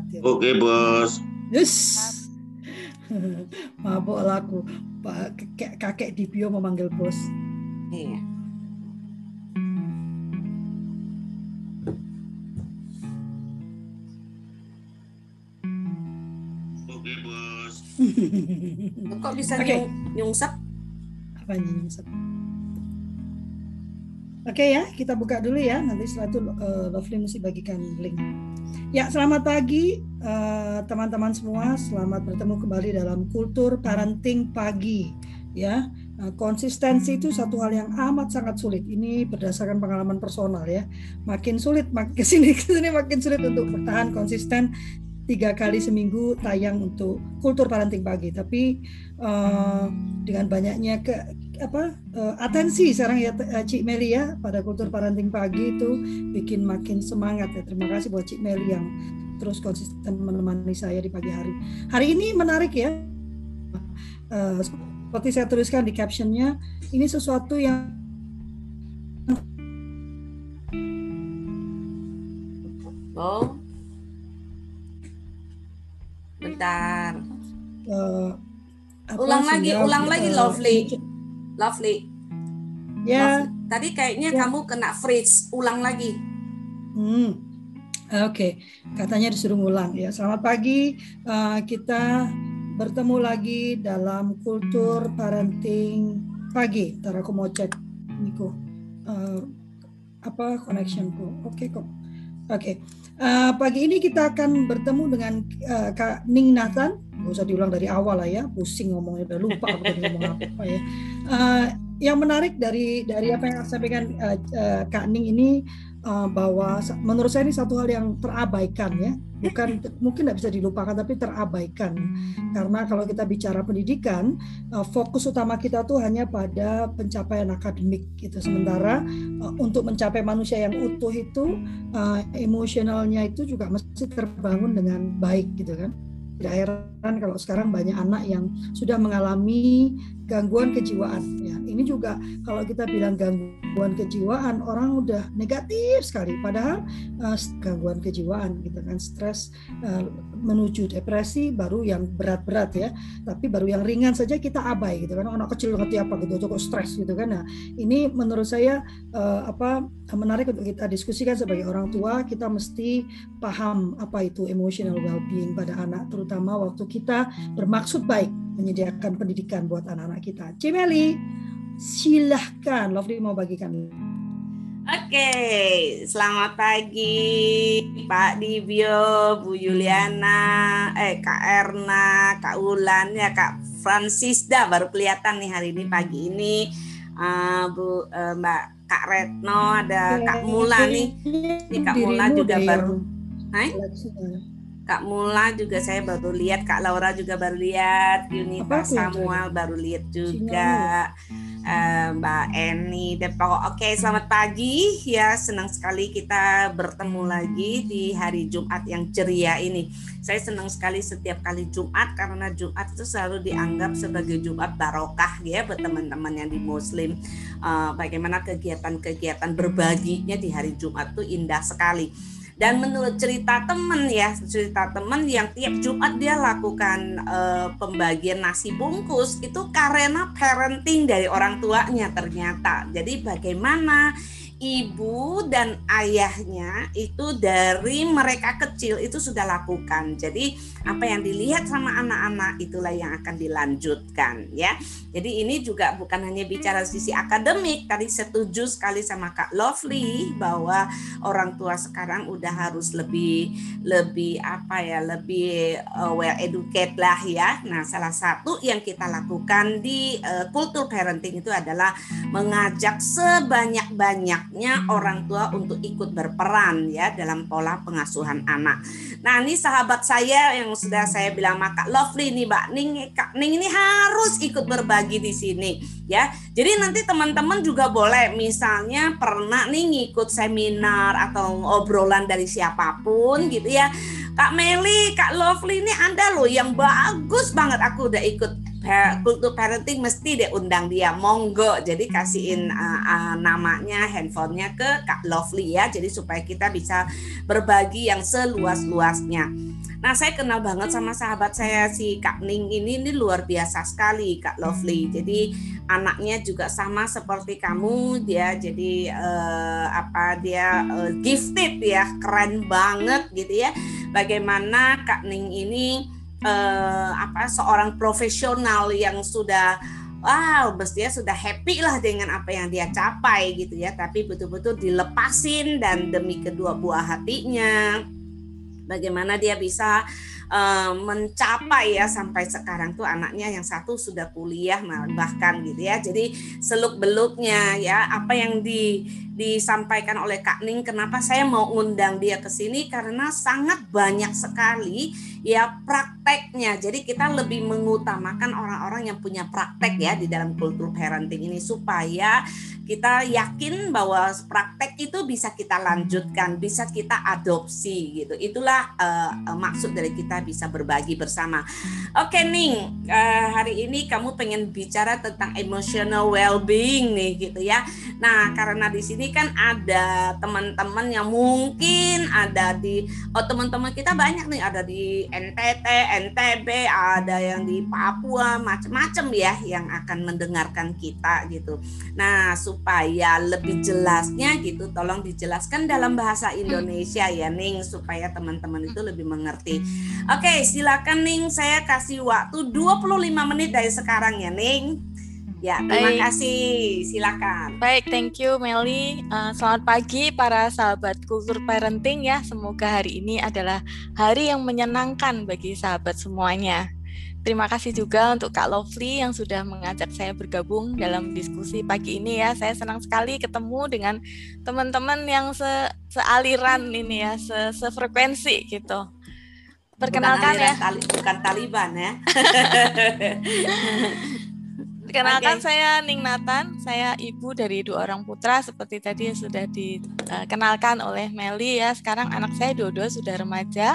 Oke, Bos. Yes. Mabok laku. Kakek Dibio memanggil bos. Iya. Oke, Bos. Kok bisa nyungsep? Apa nyungsep? Oke ya, kita buka dulu ya. Nanti setelah itu Lovely mesti bagikan link. Ya, selamat pagi teman-teman semua. Selamat bertemu kembali dalam Kultur Parenting Pagi. Ya, konsistensi itu satu hal yang amat sangat sulit. Ini berdasarkan pengalaman personal ya. Makin sulit, makin kesini makin sulit untuk bertahan konsisten 3 kali seminggu tayang untuk Kultur Parenting Pagi. Tapi dengan banyaknya atensi sekarang ya Cik Meli ya pada Kultur Parenting Pagi itu bikin makin semangat ya. Terima kasih buat Cik Meli yang terus konsisten menemani saya di pagi hari. Hari ini menarik ya. Seperti saya tuliskan di captionnya, ini sesuatu yang bentar. Ulang lagi Lovely. Ya. Lovely. Tadi kayaknya kamu kena freeze. Ulang lagi. Oke. Katanya disuruh ngulang ya. Selamat pagi. Kita bertemu lagi dalam Kultur Parenting Pagi. Ntar aku mau cek Niko. Connectionku. Oke kok. Oke. Pagi ini kita akan bertemu dengan Kak Ning Nathan. Nggak usah diulang dari awal lah ya, pusing ngomongnya, udah lupa aku tadi ngomong apa ya. Yang menarik dari apa yang saya sampaikan Kak Ning ini bahwa menurut saya ini satu hal yang terabaikan ya, bukan mungkin tidak bisa dilupakan tapi terabaikan karena kalau kita bicara pendidikan fokus utama kita tuh hanya pada pencapaian akademik gitu, sementara untuk mencapai manusia yang utuh itu emosionalnya itu juga mesti terbangun dengan baik gitu kan. Tidak heran kalau sekarang banyak anak yang sudah mengalami gangguan kejiwaan. Ya, ini juga kalau kita bilang gangguan kejiwaan, orang udah negatif sekali. Padahal gangguan kejiwaan, gitu kan, stres menuju depresi baru yang berat-berat ya. Tapi baru yang ringan saja kita abai, gitu kan. Anak kecil ngerti apa gitu, cukup stres gitu kan. Nah, ini menurut saya menarik untuk kita diskusikan sebagai orang tua. Kita mesti paham apa itu emotional well-being pada anak, terutama waktu kita bermaksud baik menyediakan pendidikan buat anak-anak kita. Cimeli, silahkan. Lovely mau bagikan. Oke, selamat pagi Pak Dibio, Bu Yuliana, Kak Erna, Kak Ulan, ya Kak Francisda baru kelihatan nih hari ini pagi ini, Mbak Kak Retno, ada Kak Mula nih. Ini Kak Mula juga baru. Hai? Kak Mula juga saya baru lihat, Kak Laura juga baru lihat, Yunita Samuel baru lihat juga, Mbak Eni Depok. Oke, selamat pagi ya, senang sekali kita bertemu lagi di hari Jumat yang ceria ini. Saya senang sekali setiap kali Jumat karena Jumat itu selalu dianggap sebagai Jumat barokah ya buat teman-teman yang di Muslim. Bagaimana kegiatan-kegiatan berbaginya di hari Jumat itu indah sekali. Dan menurut cerita teman yang tiap Jumat dia lakukan pembagian nasi bungkus itu karena parenting dari orang tuanya ternyata. Jadi bagaimana ibu dan ayahnya itu dari mereka kecil itu sudah lakukan. Jadi apa yang dilihat sama anak-anak itulah yang akan dilanjutkan ya. Jadi ini juga bukan hanya bicara sisi akademik. Tadi setuju sekali sama Kak Lovely bahwa orang tua sekarang udah harus lebih well educated lah ya. Nah, salah satu yang kita lakukan di kultur parenting itu adalah mengajak sebanyak-banyaknya orang tua untuk ikut berperan ya dalam pola pengasuhan anak. Nah, ini sahabat saya yang sudah saya bilang Kak Lovely nih, Mbak Ning, Kak Ning ini harus ikut berbagi di sini ya. Jadi nanti teman-teman juga boleh misalnya pernah nih ngikut seminar atau obrolan dari siapapun gitu ya. Kak Meli, Kak Lovely ini Anda loh yang bagus banget, aku udah ikut kultur parenting mesti deh undang dia, monggo. Jadi kasihin namanya, handphonenya ke Kak Lovely ya. Jadi supaya kita bisa berbagi yang seluas-luasnya. Nah, saya kenal banget sama sahabat saya si Kak Ning ini luar biasa sekali, Kak Lovely. Jadi anaknya juga sama seperti kamu, dia jadi dia gifted ya, keren banget gitu ya. Bagaimana Kak Ning ini seorang profesional yang sudah mestinya sudah happy lah dengan apa yang dia capai gitu ya, tapi betul-betul dilepasin dan demi kedua buah hatinya. Bagaimana dia bisa mencapai ya sampai sekarang tuh anaknya yang satu sudah kuliah bahkan gitu ya. Jadi seluk-beluknya ya apa yang disampaikan oleh Kak Ning, kenapa saya mau undang dia ke sini, karena sangat banyak sekali ya prakteknya. Jadi kita lebih mengutamakan orang-orang yang punya praktek ya di dalam kultur parenting ini, supaya kita yakin bahwa praktek itu bisa kita lanjutkan, bisa kita adopsi gitu. Itulah maksud dari kita bisa berbagi bersama. Oke Ning, hari ini kamu pengen bicara tentang emotional well-being nih gitu ya. Nah, karena di sini kan ada teman-teman yang mungkin ada di teman-teman kita banyak nih, ada di NTT, NTB, ada yang di Papua, macam-macam ya yang akan mendengarkan kita gitu. Nah, supaya lebih jelasnya gitu, tolong dijelaskan dalam bahasa Indonesia ya Ning, supaya teman-teman itu lebih mengerti. Oke, silakan Ning, saya kasih waktu 25 menit dari sekarang ya Ning. Ya, terima kasih. Silakan. Baik, thank you Meli. Selamat pagi para sahabat kultur parenting ya. Semoga hari ini adalah hari yang menyenangkan bagi sahabat semuanya. Terima kasih juga untuk Kak Lovely yang sudah mengajak saya bergabung dalam diskusi pagi ini ya. Saya senang sekali ketemu dengan teman-teman yang sealiran ini ya, sefrekuensi gitu. Perkenalkan bukan Taliban ya. Perkenalkan, saya Ning Nathan, saya ibu dari 2 orang putra seperti tadi yang sudah dikenalkan oleh Meli ya. Sekarang anak saya dua-dua sudah remaja.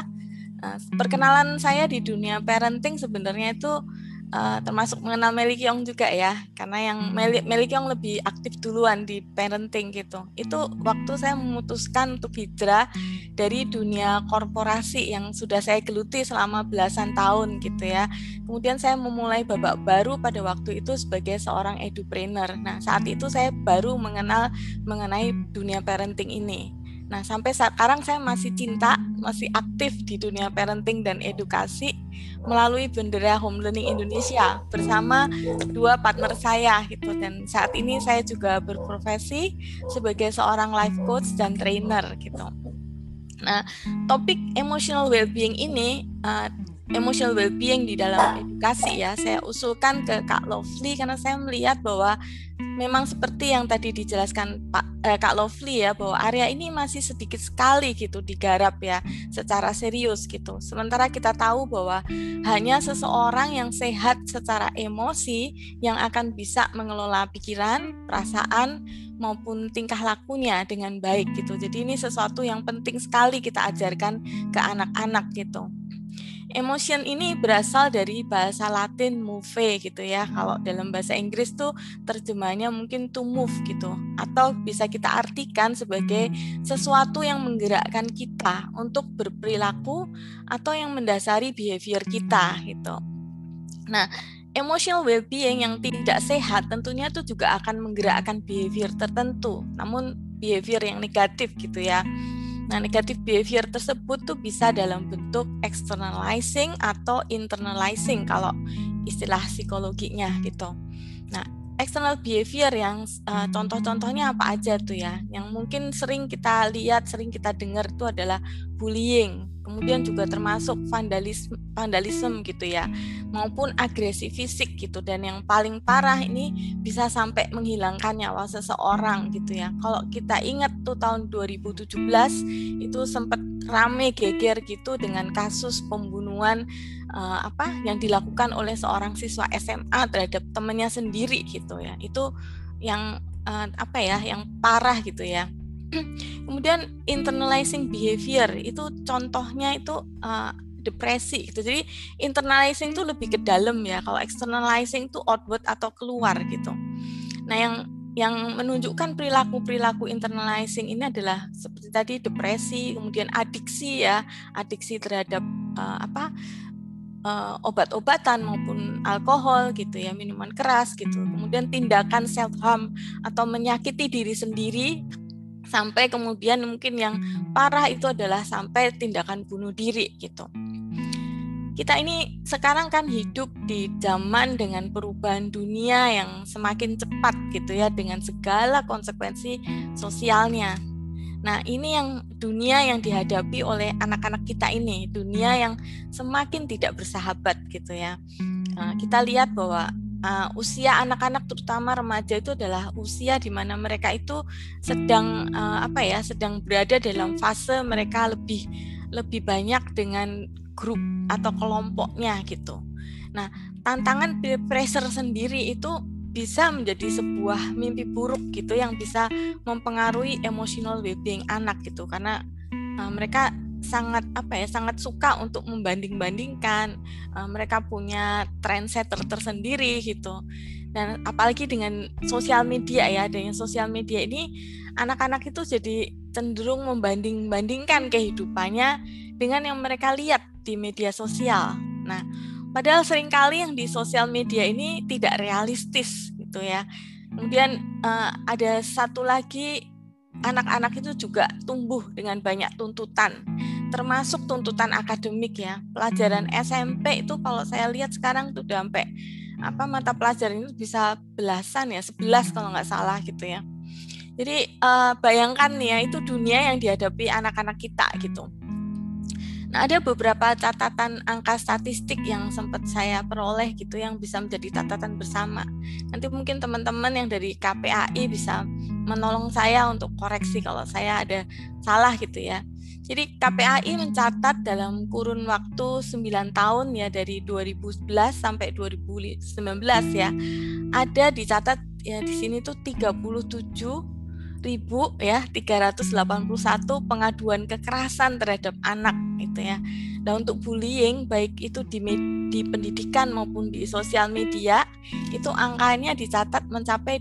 Perkenalan saya di dunia parenting sebenarnya itu termasuk mengenal Meli Kyong juga ya, karena yang Meli Kyong lebih aktif duluan di parenting gitu. Itu waktu saya memutuskan untuk hijrah dari dunia korporasi yang sudah saya geluti selama belasan tahun gitu ya. Kemudian saya memulai babak baru pada waktu itu sebagai seorang edupreneur. Nah, saat itu saya baru mengenal mengenai dunia parenting ini. Nah, sampai sekarang saya masih masih aktif di dunia parenting dan edukasi melalui Bendera Home Learning Indonesia bersama 2 partner saya gitu. Dan saat ini saya juga berprofesi sebagai seorang life coach dan trainer gitu. Nah, topik emotional well-being ini, emotional well-being di dalam edukasi ya, saya usulkan ke Kak Lovely karena saya melihat bahwa memang seperti yang tadi dijelaskan Kak Lovely ya, bahwa area ini masih sedikit sekali gitu digarap ya secara serius gitu. Sementara kita tahu bahwa hanya seseorang yang sehat secara emosi yang akan bisa mengelola pikiran, perasaan maupun tingkah lakunya dengan baik gitu. Jadi ini sesuatu yang penting sekali kita ajarkan ke anak-anak gitu. Emotion ini berasal dari bahasa Latin move gitu ya. Kalau dalam bahasa Inggris tuh terjemahannya mungkin to move gitu. Atau bisa kita artikan sebagai sesuatu yang menggerakkan kita untuk berperilaku atau yang mendasari behavior kita gitu. Nah, emotional well-being yang tidak sehat tentunya itu juga akan menggerakkan behavior tertentu. Namun behavior yang negatif gitu ya. Nah, negatif behavior tersebut tuh bisa dalam bentuk externalizing atau internalizing kalau istilah psikologinya gitu. Nah, external behavior yang contoh-contohnya apa aja tuh ya? Yang mungkin sering kita lihat, sering kita dengar itu adalah bullying. Kemudian juga termasuk vandalisme gitu ya, maupun agresi fisik gitu. Dan yang paling parah ini bisa sampai menghilangkan nyawa seseorang gitu ya. Kalau kita ingat tuh tahun 2017 itu sempat rame geger gitu dengan kasus pembunuhan yang dilakukan oleh seorang siswa SMA terhadap temannya sendiri gitu ya. Itu yang yang parah gitu ya. Kemudian internalizing behavior itu contohnya itu depresi gitu. Jadi internalizing itu lebih ke dalam ya. Kalau externalizing itu outward atau keluar gitu. Nah, yang menunjukkan perilaku internalizing ini adalah seperti tadi depresi, kemudian adiksi ya, adiksi terhadap obat-obatan maupun alkohol gitu ya, minuman keras gitu. Kemudian tindakan self harm atau menyakiti diri sendiri, sampai kemudian mungkin yang parah itu adalah sampai tindakan bunuh diri gitu. Kita ini sekarang kan hidup di zaman dengan perubahan dunia yang semakin cepat gitu ya, dengan segala konsekuensi sosialnya. Nah, ini yang dunia yang dihadapi oleh anak-anak kita ini, dunia yang semakin tidak bersahabat gitu ya. Kita lihat bahwa usia anak-anak terutama remaja itu adalah usia di mana mereka itu sedang sedang berada dalam fase mereka lebih banyak dengan grup atau kelompoknya gitu. Nah, tantangan peer pressure sendiri itu bisa menjadi sebuah mimpi buruk gitu yang bisa mempengaruhi emotional well-being anak gitu, karena mereka sangat suka untuk membanding-bandingkan, mereka punya trendsetter tersendiri gitu. Dan apalagi dengan sosial media ya, dengan sosial media ini anak-anak itu jadi cenderung membanding-bandingkan kehidupannya dengan yang mereka lihat di media sosial. Nah, padahal seringkali yang di sosial media ini tidak realistis gitu ya. Kemudian ada satu lagi, anak-anak itu juga tumbuh dengan banyak tuntutan, termasuk tuntutan akademik ya. Pelajaran SMP itu kalau saya lihat sekarang itu udah sampai mata pelajaran itu bisa belasan ya, 11 kalau nggak salah gitu ya. Jadi bayangkan nih ya, itu dunia yang dihadapi anak-anak kita gitu. Nah, ada beberapa catatan angka statistik yang sempat saya peroleh gitu yang bisa menjadi catatan bersama. Nanti mungkin teman-teman yang dari KPAI bisa menolong saya untuk koreksi kalau saya ada salah gitu ya. Jadi KPAI mencatat dalam kurun waktu 9 tahun ya, dari 2011 sampai 2019 ya, ada dicatat ya di sini tuh 37.381 pengaduan kekerasan terhadap anak gitu ya. Nah, untuk bullying baik itu di pendidikan maupun di sosial media itu angkanya dicatat mencapai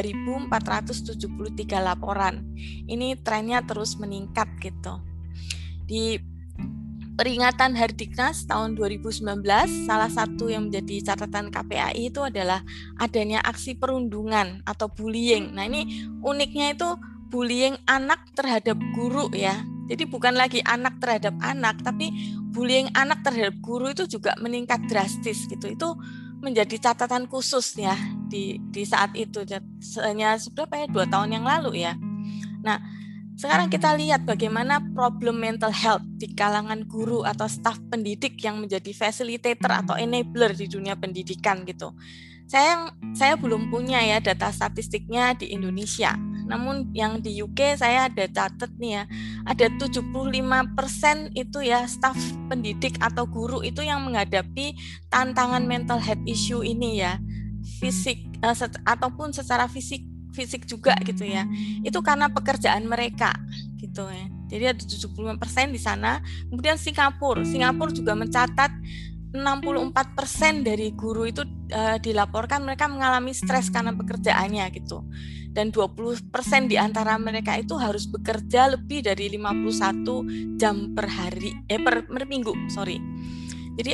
2.473 laporan. Ini trennya terus meningkat gitu. Di peringatan Hardiknas tahun 2019, salah satu yang menjadi catatan KPAI itu adalah adanya aksi perundungan atau bullying. Nah, ini uniknya itu bullying anak terhadap guru ya. Jadi bukan lagi anak terhadap anak, tapi bullying anak terhadap guru itu juga meningkat drastis gitu. Itu menjadi catatan khusus ya di saat itu. Hanya seberapa ya, 2 tahun yang lalu ya. Nah, sekarang kita lihat bagaimana problem mental health di kalangan guru atau staf pendidik yang menjadi facilitator atau enabler di dunia pendidikan gitu. Saya belum punya ya data statistiknya di Indonesia. Namun yang di UK saya ada catat nih ya, ada 75% itu ya staf pendidik atau guru itu yang menghadapi tantangan mental health issue ini ya, fisik ataupun secara fisik juga gitu ya. Itu karena pekerjaan mereka gitu ya. Jadi ada 75% di sana. Kemudian Singapura juga mencatat 64% dari guru itu dilaporkan mereka mengalami stres karena pekerjaannya gitu. Dan 20% di antara mereka itu harus bekerja lebih dari 51 jam per minggu. Jadi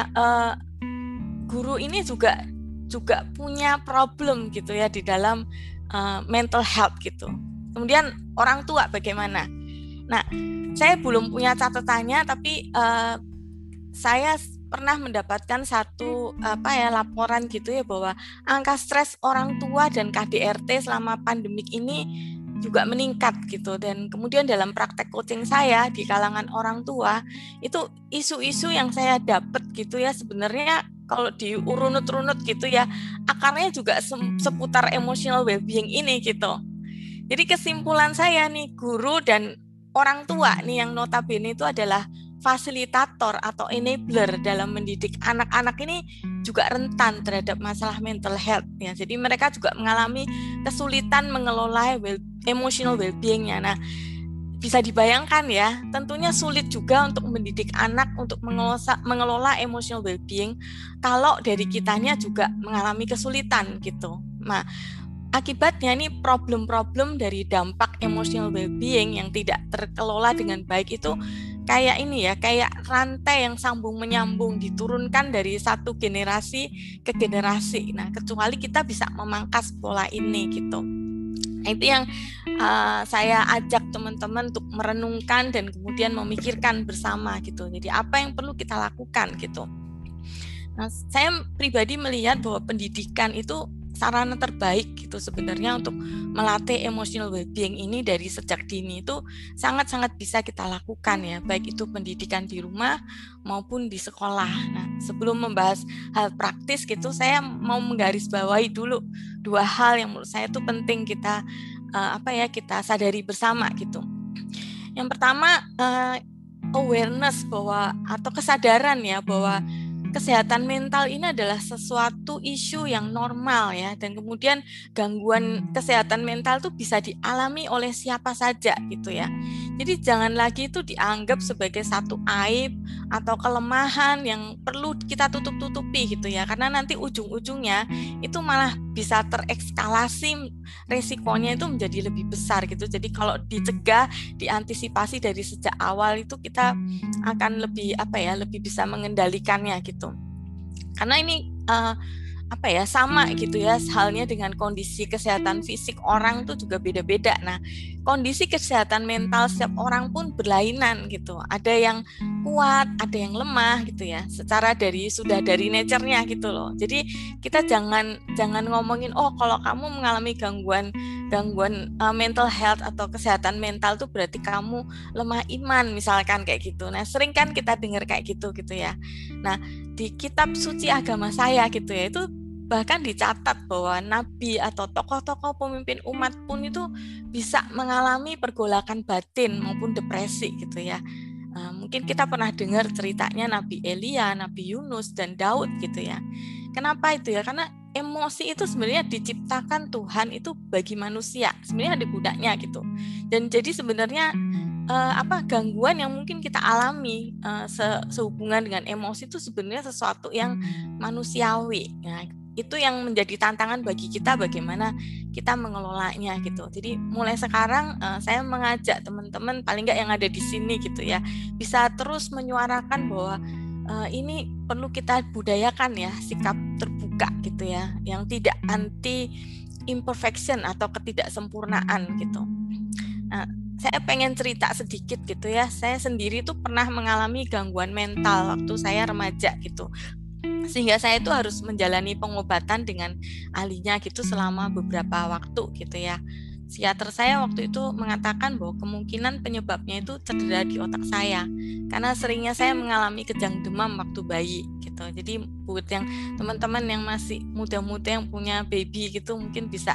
guru ini juga punya problem gitu ya di dalam mental health gitu. Kemudian orang tua bagaimana? Nah, saya belum punya catatannya, tapi saya pernah mendapatkan satu laporan gitu ya, bahwa angka stres orang tua dan KDRT selama pandemik ini juga meningkat gitu. Dan kemudian dalam praktek coaching saya di kalangan orang tua, itu isu-isu yang saya dapat gitu ya, sebenarnya kalau diurunut-runut gitu ya, akarnya juga seputar emotional well-being ini gitu. Jadi kesimpulan saya nih, guru dan orang tua nih yang notabene itu adalah fasilitator atau enabler dalam mendidik anak-anak ini juga rentan terhadap masalah mental health ya. Jadi mereka juga mengalami kesulitan mengelola emotional well-being-nya. Nah, bisa dibayangkan ya, tentunya sulit juga untuk mendidik anak untuk mengelola emotional well-being kalau dari kitanya juga mengalami kesulitan gitu. Nah, akibatnya nih problem-problem dari dampak emotional well-being yang tidak terkelola dengan baik itu kayak ini ya, kayak rantai yang sambung menyambung diturunkan dari satu generasi ke generasi. Nah, kecuali kita bisa memangkas pola ini gitu. Nah, itu yang saya ajak teman-teman untuk merenungkan dan kemudian memikirkan bersama gitu. Jadi apa yang perlu kita lakukan gitu. Nah, saya pribadi melihat bahwa pendidikan itu sarana terbaik gitu sebenarnya untuk melatih emotional well-being ini dari sejak dini itu sangat-sangat bisa kita lakukan ya, baik itu pendidikan di rumah maupun di sekolah. Nah, sebelum membahas hal praktis gitu, saya mau menggarisbawahi dulu dua hal yang menurut saya itu penting kita kita sadari bersama gitu. Yang pertama awareness bahwa atau kesadaran ya bahwa kesehatan mental ini adalah sesuatu isu yang normal ya, dan kemudian gangguan kesehatan mental itu bisa dialami oleh siapa saja gitu ya. Jadi jangan lagi itu dianggap sebagai satu aib atau kelemahan yang perlu kita tutup-tutupi gitu ya, karena nanti ujung-ujungnya itu malah bisa terekskalasi, resikonya itu menjadi lebih besar gitu. Jadi kalau dicegah, diantisipasi dari sejak awal itu kita akan lebih lebih bisa mengendalikannya gitu. Karena ini sama gitu ya, halnya dengan kondisi kesehatan fisik orang itu juga beda-beda. Nah, kondisi kesehatan mental setiap orang pun berlainan gitu. Ada yang kuat, ada yang lemah gitu ya. Secara dari nature-nya gitu loh. Jadi kita jangan ngomongin kalau kamu mengalami gangguan mental health atau kesehatan mental tuh berarti kamu lemah iman misalkan kayak gitu. Nah, sering kan kita dengar kayak gitu ya. Nah, di kitab suci agama saya gitu ya, itu bahkan dicatat bahwa nabi atau tokoh-tokoh pemimpin umat pun itu bisa mengalami pergolakan batin maupun depresi gitu ya. Mungkin kita pernah dengar ceritanya Nabi Elia, Nabi Yunus, dan Daud gitu ya. Kenapa itu ya? Karena emosi itu sebenarnya diciptakan Tuhan itu bagi manusia. Sebenarnya ada gunanya gitu. Dan jadi sebenarnya gangguan yang mungkin kita alami sehubungan dengan emosi itu sebenarnya sesuatu yang manusiawi. Nah, itu yang menjadi tantangan bagi kita bagaimana kita mengelolanya gitu. Jadi mulai sekarang saya mengajak teman-teman paling nggak yang ada di sini gitu ya, bisa terus menyuarakan bahwa ini perlu kita budayakan ya, sikap terbuka gitu ya, yang tidak anti imperfection atau ketidaksempurnaan gitu. Nah, saya pengen cerita sedikit gitu ya. Saya sendiri tuh pernah mengalami gangguan mental waktu saya remaja gitu. Sehingga saya itu harus menjalani pengobatan dengan ahlinya gitu selama beberapa waktu gitu ya. Psikiater saya waktu itu mengatakan bahwa kemungkinan penyebabnya itu cedera di otak saya. Karena seringnya saya mengalami kejang demam waktu bayi gitu. Jadi buat yang teman-teman yang masih muda-muda yang punya baby gitu mungkin bisa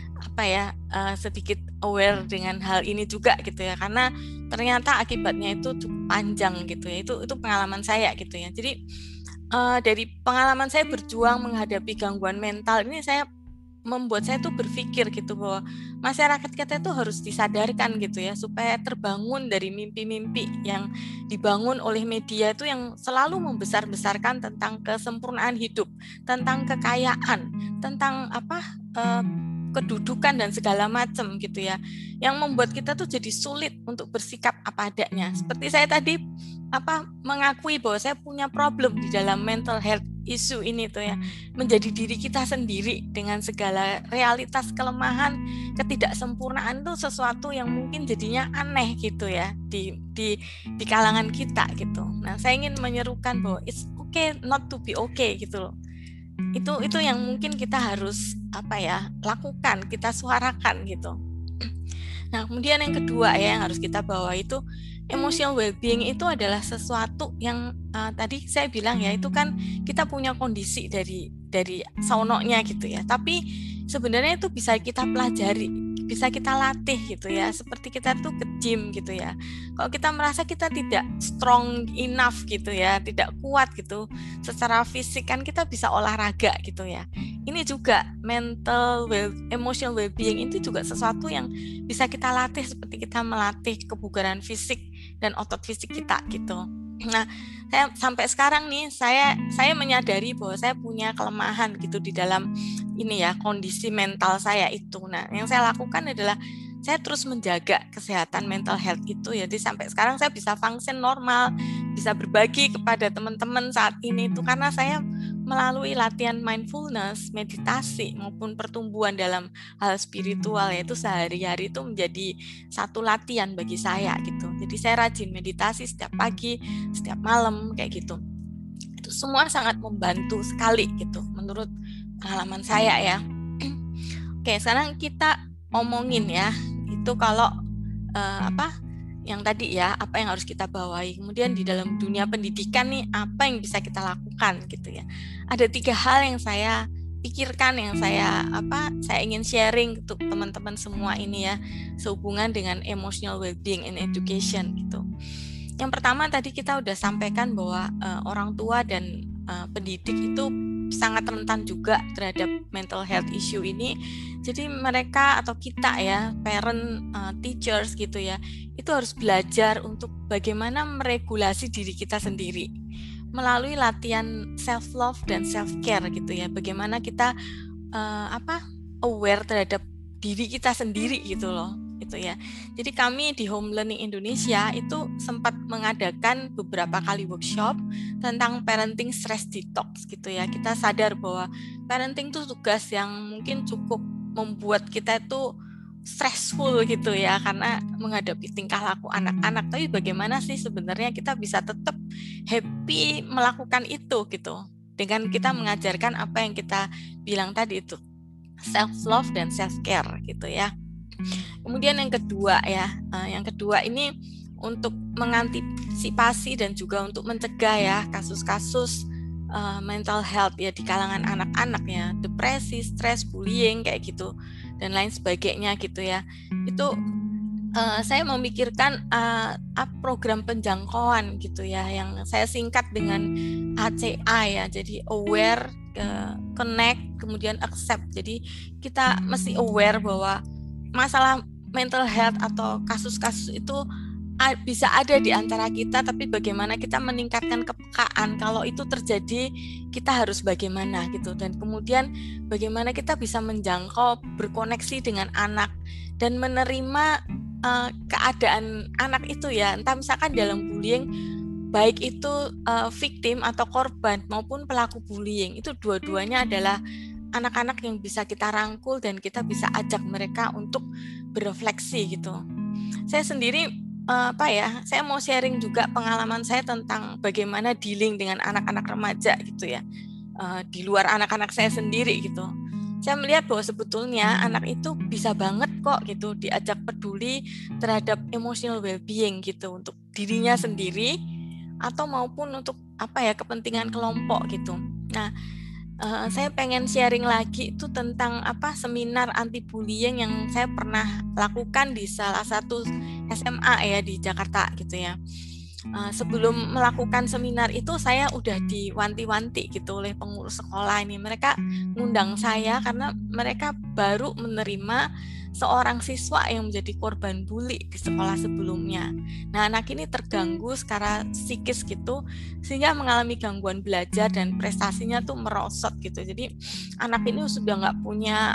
sedikit aware dengan hal ini juga gitu ya, karena ternyata akibatnya itu cukup panjang gitu ya. Itu pengalaman saya gitu ya. Jadi dari pengalaman saya berjuang menghadapi gangguan mental ini, membuat saya tuh berpikir gitu bahwa masyarakat kita itu harus disadarkan gitu ya, supaya terbangun dari mimpi-mimpi yang dibangun oleh media itu yang selalu membesar-besarkan tentang kesempurnaan hidup, tentang kekayaan, tentang kedudukan dan segala macam gitu ya, yang membuat kita tuh jadi sulit untuk bersikap apa adanya. Seperti saya tadi mengakui bahwa saya punya problem di dalam mental health issue ini tuh ya, menjadi diri kita sendiri dengan segala realitas kelemahan, ketidaksempurnaan itu sesuatu yang mungkin jadinya aneh gitu ya di kalangan kita gitu. Nah, saya ingin menyerukan bahwa it's okay not to be okay gitu loh. Itu yang mungkin kita harus lakukan, kita suarakan gitu. Nah, kemudian yang kedua ya yang harus kita bawa itu emotional well-being itu adalah sesuatu yang tadi saya bilang ya, itu kan kita punya kondisi dari sononya gitu ya. Tapi sebenarnya itu bisa kita pelajari, bisa kita latih gitu ya. Seperti kita tuh ke gym gitu ya. Kalau kita merasa kita tidak strong enough gitu ya, tidak kuat gitu secara fisik, kan kita bisa olahraga gitu ya. ini juga emotional well-being itu juga sesuatu yang bisa kita latih seperti kita melatih kebugaran fisik dan otot fisik kita gitu. Nah, saya sampai sekarang nih saya menyadari bahwa saya punya kelemahan gitu di dalam ini ya, kondisi mental saya itu. Nah, yang saya lakukan adalah saya terus menjaga kesehatan mental health itu ya. Jadi sampai sekarang saya bisa function normal, bisa berbagi kepada teman-teman saat ini itu karena saya melalui latihan mindfulness, meditasi maupun pertumbuhan dalam hal spiritual, yaitu sehari-hari itu menjadi satu latihan bagi saya gitu. Jadi saya rajin meditasi setiap pagi, setiap malam kayak gitu. Itu semua sangat membantu sekali gitu menurut pengalaman saya ya. Oke, sekarang kita omongin ya, itu kalau yang tadi ya, apa yang harus kita bawahi. Kemudian di dalam dunia pendidikan nih, apa yang bisa kita lakukan gitu ya. Ada 3 hal yang saya pikirkan, yang saya ingin sharing untuk teman-teman semua ini ya, sehubungan dengan emotional well-being in education gitu. Yang pertama tadi kita udah sampaikan bahwa orang tua dan pendidik itu sangat rentan juga terhadap mental health issue ini. Jadi mereka atau kita ya, parent, teachers gitu ya, itu harus belajar untuk bagaimana meregulasi diri kita sendiri melalui latihan self love dan self care gitu ya. Bagaimana kita aware terhadap diri kita sendiri gitu loh. Itu ya. Jadi kami di Home Learning Indonesia itu sempat mengadakan beberapa kali workshop tentang parenting stress detox gitu ya. Kita sadar bahwa parenting itu tugas yang mungkin cukup membuat kita itu stressful gitu ya, karena menghadapi tingkah laku anak-anak. Tapi bagaimana sih sebenarnya kita bisa tetap happy melakukan itu gitu, dengan kita mengajarkan apa yang kita bilang tadi itu, self love dan self care gitu ya. Kemudian yang kedua ya, ini untuk mengantisipasi dan juga untuk mencegah ya kasus-kasus mental health ya di kalangan anak-anak ya, depresi, stres, bullying kayak gitu dan lain sebagainya gitu ya. Itu saya memikirkan program penjangkauan gitu ya, yang saya singkat dengan ACA ya. Jadi aware, connect, kemudian accept. Jadi kita mesti aware bahwa masalah mental health atau kasus-kasus itu bisa ada di antara kita, tapi bagaimana kita meningkatkan kepekaan kalau itu terjadi, kita harus bagaimana gitu. Dan kemudian bagaimana kita bisa menjangkau, berkoneksi dengan anak dan menerima keadaan anak itu ya, entah misalkan dalam bullying, baik itu victim atau korban maupun pelaku bullying, itu dua-duanya adalah anak-anak yang bisa kita rangkul dan kita bisa ajak mereka untuk berefleksi gitu. Saya sendiri saya mau sharing juga pengalaman saya tentang bagaimana dealing dengan anak-anak remaja gitu ya, di luar anak-anak saya sendiri gitu. Saya melihat bahwa sebetulnya anak itu bisa banget kok gitu diajak peduli terhadap emotional well-being gitu, untuk dirinya sendiri atau maupun untuk kepentingan kelompok gitu. Nah, saya pengen sharing lagi itu tentang seminar anti bullying yang saya pernah lakukan di salah satu SMA ya di Jakarta gitu ya. Sebelum melakukan seminar itu saya udah diwanti-wanti gitu oleh pengurus sekolah ini. Mereka ngundang saya karena mereka baru menerima seorang siswa yang menjadi korban bully di sekolah sebelumnya. Nah, anak ini terganggu secara psikis gitu, sehingga mengalami gangguan belajar dan prestasinya tuh merosot gitu. Jadi anak ini sudah nggak punya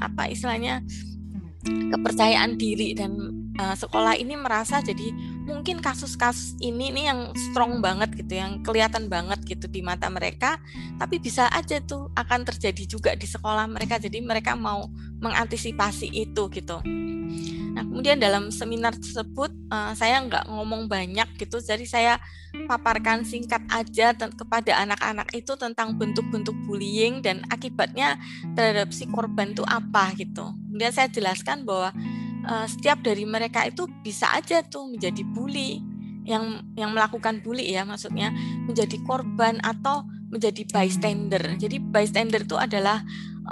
kepercayaan diri, dan sekolah ini merasa jadi mungkin kasus-kasus ini nih yang strong banget gitu, yang kelihatan banget gitu di mata mereka, tapi bisa aja tuh akan terjadi juga di sekolah mereka. Jadi mereka mau mengantisipasi itu gitu. Nah, kemudian dalam seminar tersebut saya nggak ngomong banyak gitu, jadi saya paparkan singkat aja kepada anak-anak itu tentang bentuk-bentuk bullying dan akibatnya terhadap si korban itu apa gitu. Kemudian saya jelaskan bahwa setiap dari mereka itu bisa aja tuh menjadi bully, yang melakukan bully ya, maksudnya menjadi korban atau menjadi bystander. Jadi bystander itu adalah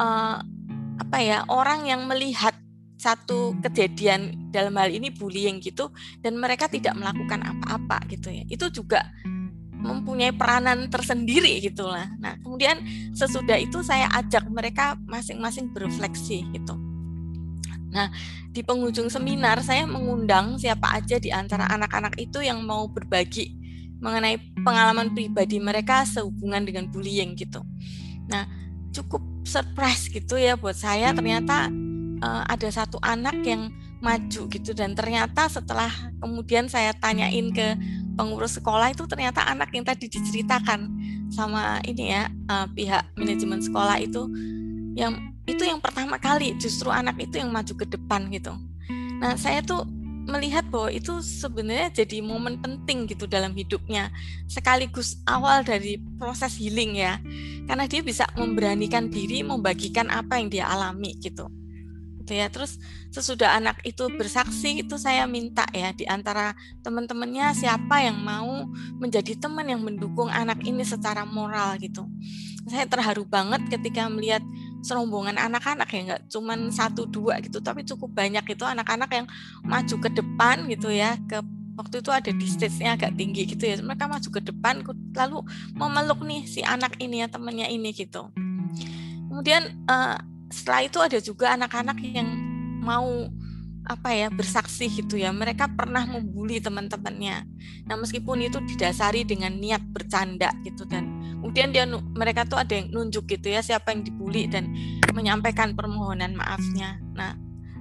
orang yang melihat satu kejadian, dalam hal ini bullying gitu, dan mereka tidak melakukan apa-apa gitu ya. Itu juga mempunyai peranan tersendiri gitulah. Nah, kemudian sesudah itu saya ajak mereka masing-masing berefleksi gitu. Nah, di penghujung seminar saya mengundang siapa aja di antara anak-anak itu yang mau berbagi mengenai pengalaman pribadi mereka sehubungan dengan bullying gitu. Nah, cukup surprise gitu ya buat saya, ternyata ada satu anak yang maju gitu, dan ternyata setelah kemudian saya tanyain ke pengurus sekolah, itu ternyata anak yang tadi diceritakan sama ini ya, pihak manajemen sekolah itu yang pertama kali justru anak itu yang maju ke depan gitu. Nah, saya tuh melihat bahwa itu sebenarnya jadi momen penting gitu dalam hidupnya, sekaligus awal dari proses healing ya, karena dia bisa memberanikan diri membagikan apa yang dia alami gitu ya. Terus sesudah anak itu bersaksi, itu saya minta ya di antara teman-temannya siapa yang mau menjadi teman yang mendukung anak ini secara moral gitu. Saya terharu banget ketika melihat serombongan anak-anak ya, nggak cuman 1-2 gitu, tapi cukup banyak itu anak-anak yang maju ke depan gitu ya, waktu itu ada di stage-nya agak tinggi gitu ya, mereka maju ke depan lalu memeluk nih si anak ini ya, temannya ini gitu. Kemudian setelah itu ada juga anak-anak yang mau bersaksi gitu ya, mereka pernah membuli teman-temannya. Nah, meskipun itu didasari dengan niat bercanda gitu, dan kemudian mereka tuh ada yang nunjuk gitu ya siapa yang dibully dan menyampaikan permohonan maafnya. Nah,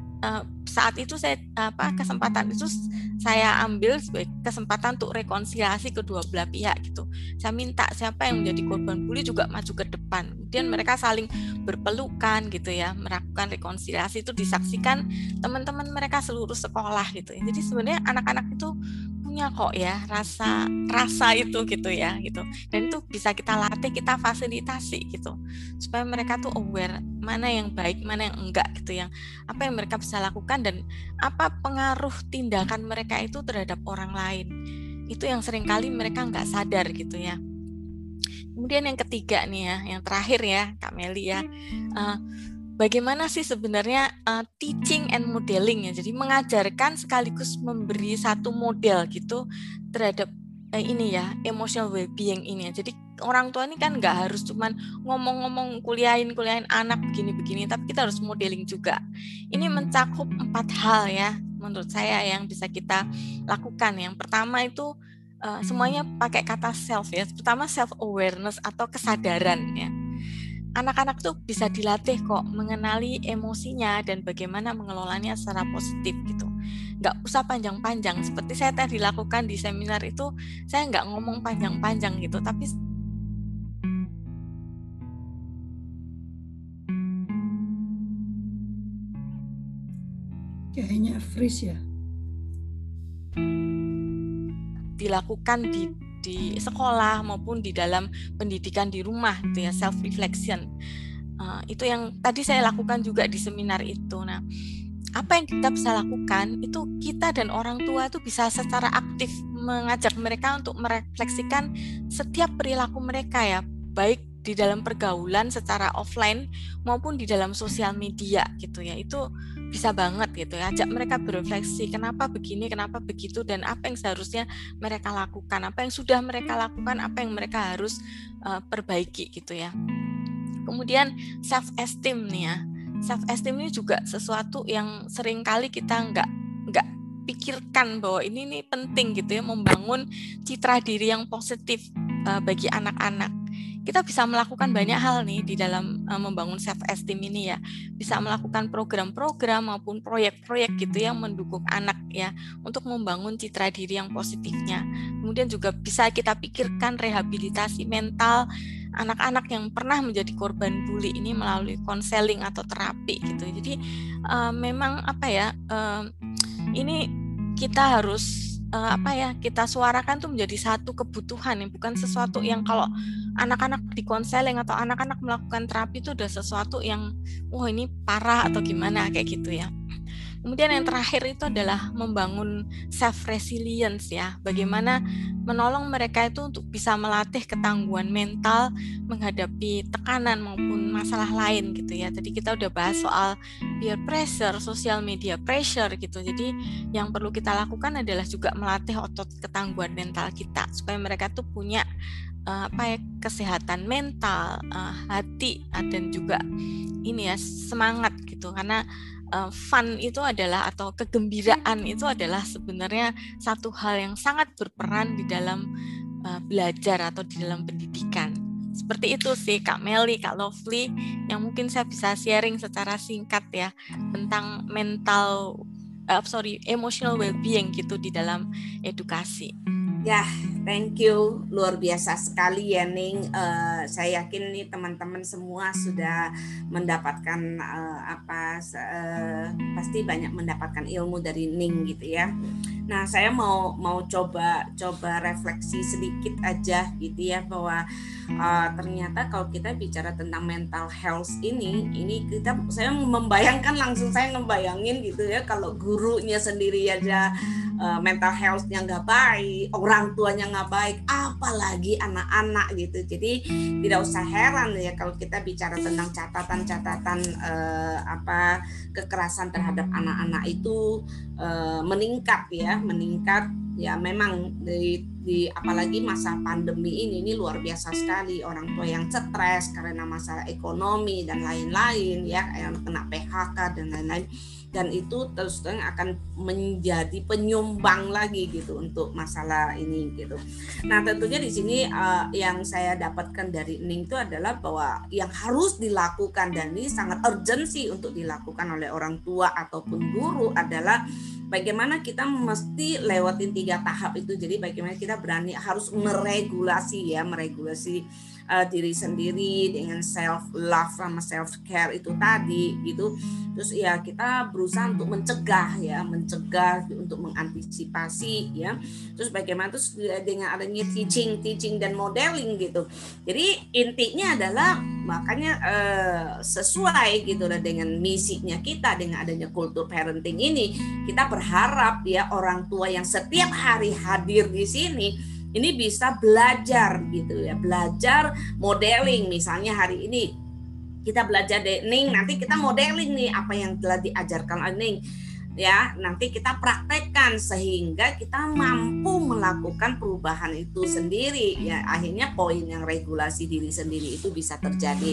saat itu kesempatan itu saya ambil sebagai kesempatan untuk rekonsiliasi kedua belah pihak gitu. Saya minta siapa yang menjadi korban bully juga maju ke depan. Kemudian mereka saling berpelukan gitu ya, melakukan rekonsiliasi, itu disaksikan teman-teman mereka seluruh sekolah gitu. Jadi sebenarnya anak-anak itu punya kok ya rasa itu gitu ya gitu, dan itu bisa kita latih, kita fasilitasi gitu supaya mereka tuh aware mana yang baik, mana yang enggak gitu, yang apa yang mereka bisa lakukan dan apa pengaruh tindakan mereka itu terhadap orang lain. Itu yang seringkali mereka nggak sadar gitu ya. Kemudian yang ketiga nih ya, yang terakhir ya Kak Meli ya, bagaimana sih sebenarnya teaching and modeling ya, jadi mengajarkan sekaligus memberi satu model gitu terhadap ini ya, emotional well-being ini ya. Jadi orang tua ini kan nggak harus cuman ngomong-ngomong kuliahin anak begini-begini, tapi kita harus modeling juga. Ini mencakup 4 hal ya menurut saya yang bisa kita lakukan. Yang pertama itu semuanya pakai kata self ya. Pertama self awareness atau kesadaran ya. Anak-anak tuh bisa dilatih kok mengenali emosinya dan bagaimana mengelolanya secara positif gitu. Nggak usah panjang-panjang. Seperti saya tadi lakukan di seminar itu, saya nggak ngomong panjang-panjang gitu, tapi kayaknya freeze ya. Dilakukan di sekolah maupun di dalam pendidikan di rumah gitu ya, self reflection. Itu yang tadi saya lakukan juga di seminar itu. Nah, apa yang kita bisa lakukan itu, kita dan orang tua itu bisa secara aktif mengajak mereka untuk merefleksikan setiap perilaku mereka ya, baik di dalam pergaulan secara offline maupun di dalam sosial media gitu ya. Itu bisa banget gitu ya, ajak mereka berefleksi kenapa begini, kenapa begitu, dan apa yang seharusnya mereka lakukan, apa yang sudah mereka lakukan, apa yang mereka harus perbaiki gitu ya. Kemudian self esteem nih ya, self esteem ini juga sesuatu yang sering kali kita nggak pikirkan bahwa ini penting gitu ya, membangun citra diri yang positif bagi anak-anak. Kita bisa melakukan banyak hal nih di dalam membangun self esteem ini ya. Bisa melakukan program-program maupun proyek-proyek gitu yang mendukung anak ya untuk membangun citra diri yang positifnya. Kemudian juga bisa kita pikirkan rehabilitasi mental anak-anak yang pernah menjadi korban bully ini melalui konseling atau terapi gitu. Jadi memang ini kita harus kita suarakan tuh menjadi satu kebutuhan yang bukan sesuatu yang kalau anak-anak di konseling atau anak-anak melakukan terapi itu udah sesuatu yang ini parah atau gimana kayak gitu ya. Kemudian yang terakhir itu adalah membangun self resilience ya. Bagaimana menolong mereka itu untuk bisa melatih ketangguhan mental menghadapi tekanan maupun masalah lain gitu ya. Tadi kita udah bahas soal peer pressure, social media pressure gitu. Jadi yang perlu kita lakukan adalah juga melatih otot ketangguhan mental kita supaya mereka tuh punya kesehatan mental, hati, dan juga ini ya semangat gitu. Karena fun itu adalah atau kegembiraan itu adalah sebenarnya satu hal yang sangat berperan di dalam belajar atau di dalam pendidikan. Seperti itu sih Kak Meli, Kak Lovely, yang mungkin saya bisa sharing secara singkat ya tentang emotional well-being gitu di dalam edukasi. Ya, thank you, luar biasa sekali ya Ning. Saya yakin nih teman-teman semua sudah mendapatkan pasti banyak mendapatkan ilmu dari Ning gitu ya. Nah, saya mau coba refleksi sedikit aja gitu ya, bahwa ternyata kalau kita bicara tentang mental health ini saya membayangkan langsung, saya ngebayangin gitu ya, kalau gurunya sendiri aja mental health-nya nggak baik, orang tuanya nggak baik, apalagi anak-anak gitu. Jadi tidak usah heran ya kalau kita bicara tentang catatan-catatan kekerasan terhadap anak-anak itu meningkat ya. Memang di apalagi masa pandemi ini luar biasa sekali, orang tua yang stres karena masalah ekonomi dan lain-lain ya, yang kena PHK dan lain-lain, dan itu terus terang akan menjadi penyumbang lagi gitu untuk masalah ini gitu. Nah, tentunya di sini yang saya dapatkan dari Ning itu adalah bahwa yang harus dilakukan, dan ini sangat urgensi untuk dilakukan oleh orang tua ataupun guru, adalah bagaimana kita mesti lewatin 3 tahap itu. Jadi bagaimana kita harus meregulasi diri sendiri dengan self love sama self care itu tadi gitu. Terus ya kita berusaha untuk mencegah untuk mengantisipasi ya. Terus bagaimana terus dengan adanya teaching dan modeling gitu. Jadi intinya adalah makanya sesuai gitu lah dengan misinya kita, dengan adanya kultur parenting ini, kita berharap ya orang tua yang setiap hari hadir di sini ini bisa belajar gitu ya, belajar modeling. Misalnya hari ini kita belajar Ning, nanti kita modeling nih apa yang telah diajarkan oleh Ning ya, nanti kita praktekkan sehingga kita mampu melakukan perubahan itu sendiri ya. Akhirnya poin yang regulasi diri sendiri itu bisa terjadi.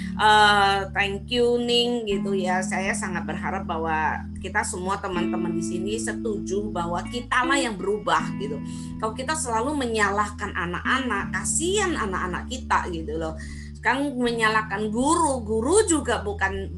Thank you Ning gitu ya. Saya sangat berharap bahwa kita semua teman-teman di sini setuju bahwa kitalah yang berubah gitu. Kalau kita selalu menyalahkan anak-anak, kasihan anak-anak kita gitu loh. Sekarang menyalahkan guru juga bukan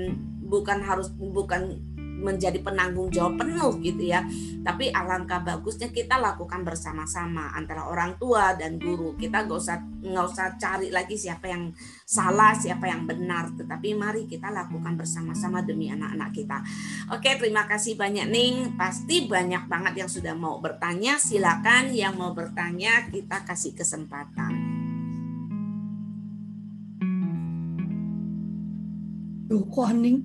menjadi penanggung jawab penuh gitu ya. Tapi alangkah bagusnya kita lakukan bersama-sama antara orang tua dan guru. Kita nggak usah cari lagi siapa yang salah, siapa yang benar, tetapi mari kita lakukan bersama-sama demi anak-anak kita. Oke, terima kasih banyak Ning. Pasti banyak banget yang sudah mau bertanya. Silakan yang mau bertanya, kita kasih kesempatan. Duh, kok hening?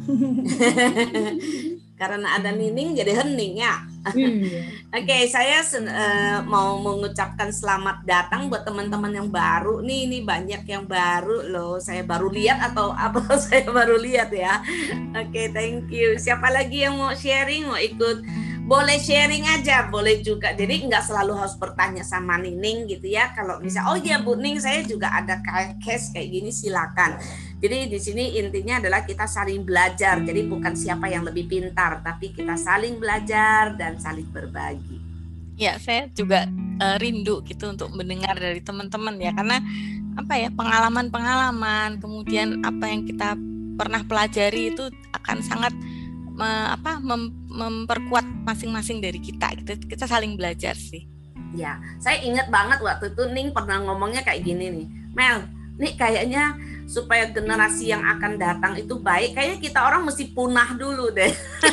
Karena ada Nining jadi hening ya. Oke, saya mau mengucapkan selamat datang buat teman-teman yang baru nih. Ini banyak yang baru loh. Saya baru lihat atau apa? Saya baru lihat ya. Oke, thank you. Siapa lagi yang mau sharing, mau ikut? Boleh sharing aja, boleh juga. Jadi nggak selalu harus bertanya sama Nining gitu ya. Kalau misal, oh iya Bu Ning, saya juga ada case kayak gini, silakan. Jadi di sini intinya adalah kita saling belajar. Jadi bukan siapa yang lebih pintar, tapi kita saling belajar dan saling berbagi. Ya, saya juga rindu gitu untuk mendengar dari teman-teman ya, karena pengalaman-pengalaman, kemudian apa yang kita pernah pelajari itu akan sangat memperkuat masing-masing dari kita. Kita saling belajar sih. Ya, saya ingat banget waktu itu Ning pernah ngomongnya kayak gini nih, Mel, nih kayaknya supaya generasi yang akan datang itu baik, kayaknya kita orang mesti punah dulu deh.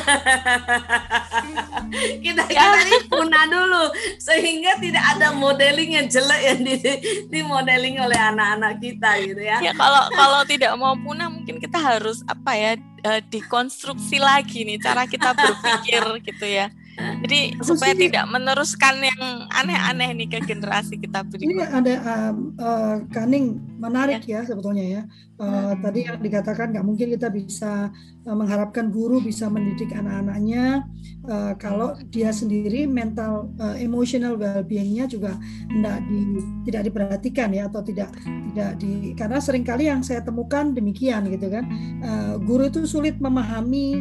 kita ini punah dulu sehingga tidak ada modeling yang jelek yang di modeling oleh anak-anak kita gitu ya. Ya kalau tidak mau punah mungkin kita harus dikonstruksi lagi nih cara kita berpikir gitu ya. Jadi supaya tidak meneruskan yang aneh-aneh nih ke generasi kita berikutnya. Ini ada Kaning menarik ya sebetulnya ya. Tadi yang dikatakan nggak mungkin kita bisa mengharapkan guru bisa mendidik anak-anaknya kalau dia sendiri mental emotional well-being-nya juga tidak diperhatikan ya, atau tidak karena seringkali yang saya temukan demikian gitu kan. Guru itu sulit memahami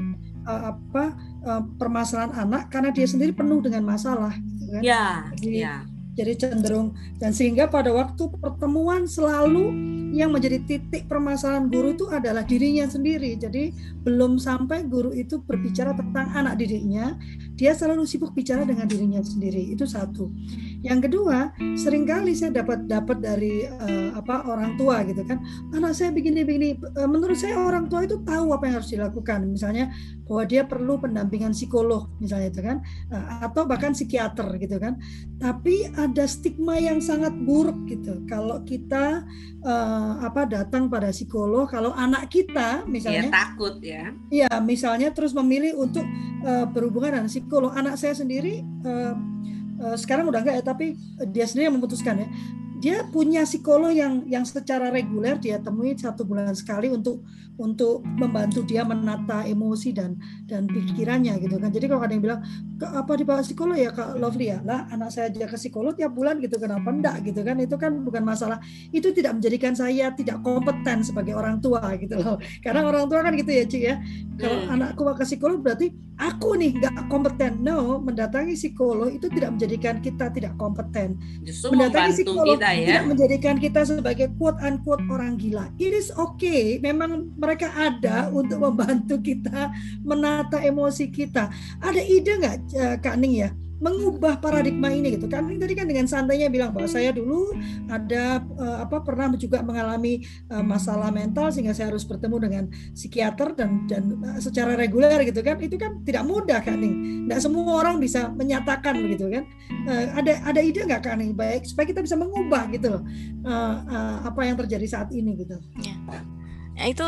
permasalahan anak karena dia sendiri penuh dengan masalah gitu kan. Jadi cenderung, dan sehingga pada waktu pertemuan selalu yang menjadi titik permasalahan guru itu adalah dirinya sendiri. Jadi belum sampai guru itu berbicara tentang anak didiknya, dia selalu sibuk bicara dengan dirinya sendiri. Itu satu. Yang kedua, seringkali saya dapat dari orang tua gitu kan, anak saya begini. Menurut saya orang tua itu tahu apa yang harus dilakukan. Misalnya bahwa dia perlu pendampingan psikolog misalnya itu kan, atau bahkan psikiater gitu kan. Tapi ada stigma yang sangat buruk gitu. Kalau kita datang pada psikolog, kalau anak kita misalnya takut ya. Iya, misalnya terus memilih untuk berhubungan dengan psikolog. Anak saya sendiri sekarang udah enggak ya, tapi dia sendiri yang memutuskan ya. Dia punya psikolog yang secara reguler dia temui 1 bulan sekali untuk membantu dia menata emosi dan pikirannya gitu kan. Jadi kalau ada yang bilang apa dibawa psikolog ya Kak Lovely ya, lah anak saya aja ke psikolog tiap bulan gitu, kenapa enggak gitu kan. Itu kan bukan masalah, itu tidak menjadikan saya tidak kompeten sebagai orang tua gitu loh. Karena orang tua kan gitu ya Ci ya, kalau anakku ke psikolog berarti aku nih nggak kompeten. No, mendatangi psikolog itu tidak menjadikan kita tidak kompeten. Justru mendatangi psikolog kita, ya? Tidak menjadikan kita sebagai quote unquote orang gila. It is okay, memang mereka ada untuk membantu kita menata emosi kita. Ada ide nggak Kak Ning ya, mengubah paradigma ini gitu kan? Tadi kan dengan santainya bilang bahwa saya dulu ada pernah juga mengalami masalah mental sehingga saya harus bertemu dengan psikiater dan secara reguler gitu kan. Itu kan tidak mudah Kak Ning. Tidak semua orang bisa menyatakan begitu kan. Ada ide nggak Kak Ning baik supaya kita bisa mengubah gitu loh apa yang terjadi saat ini gitu? Ya itu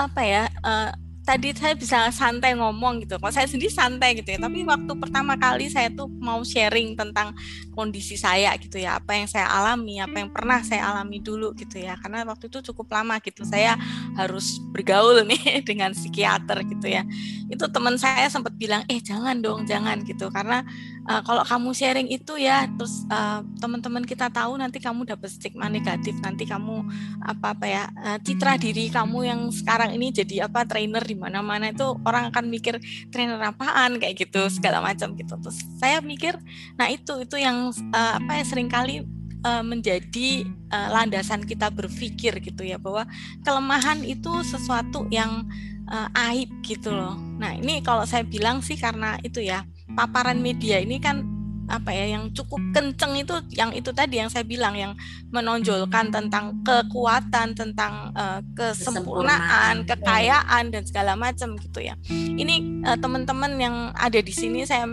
tadi saya bisa santai ngomong gitu. Kalau saya sendiri santai gitu ya. Tapi waktu pertama kali saya tuh mau sharing tentang kondisi saya gitu ya. Apa yang saya alami, apa yang pernah saya alami dulu gitu ya. Karena waktu itu cukup lama gitu. Saya harus bergaul nih dengan psikiater gitu ya. Itu teman saya sempat bilang, jangan dong, jangan gitu. Karena kalau kamu sharing itu ya, terus teman-teman kita tahu nanti kamu dapat stigma negatif. Nanti kamu citra diri kamu yang sekarang ini jadi trainer di mana-mana itu orang akan mikir trainer apaan kayak gitu segala macam gitu. Terus saya mikir, nah itu yang seringkali menjadi landasan kita berpikir gitu ya, bahwa kelemahan itu sesuatu yang aib gitu loh. Nah ini kalau saya bilang sih karena itu ya, paparan media ini kan yang cukup kenceng itu tadi yang saya bilang, yang menonjolkan tentang kekuatan, tentang kesempurnaan, kekayaan dan segala macam gitu ya. Ini teman-teman yang ada di sini saya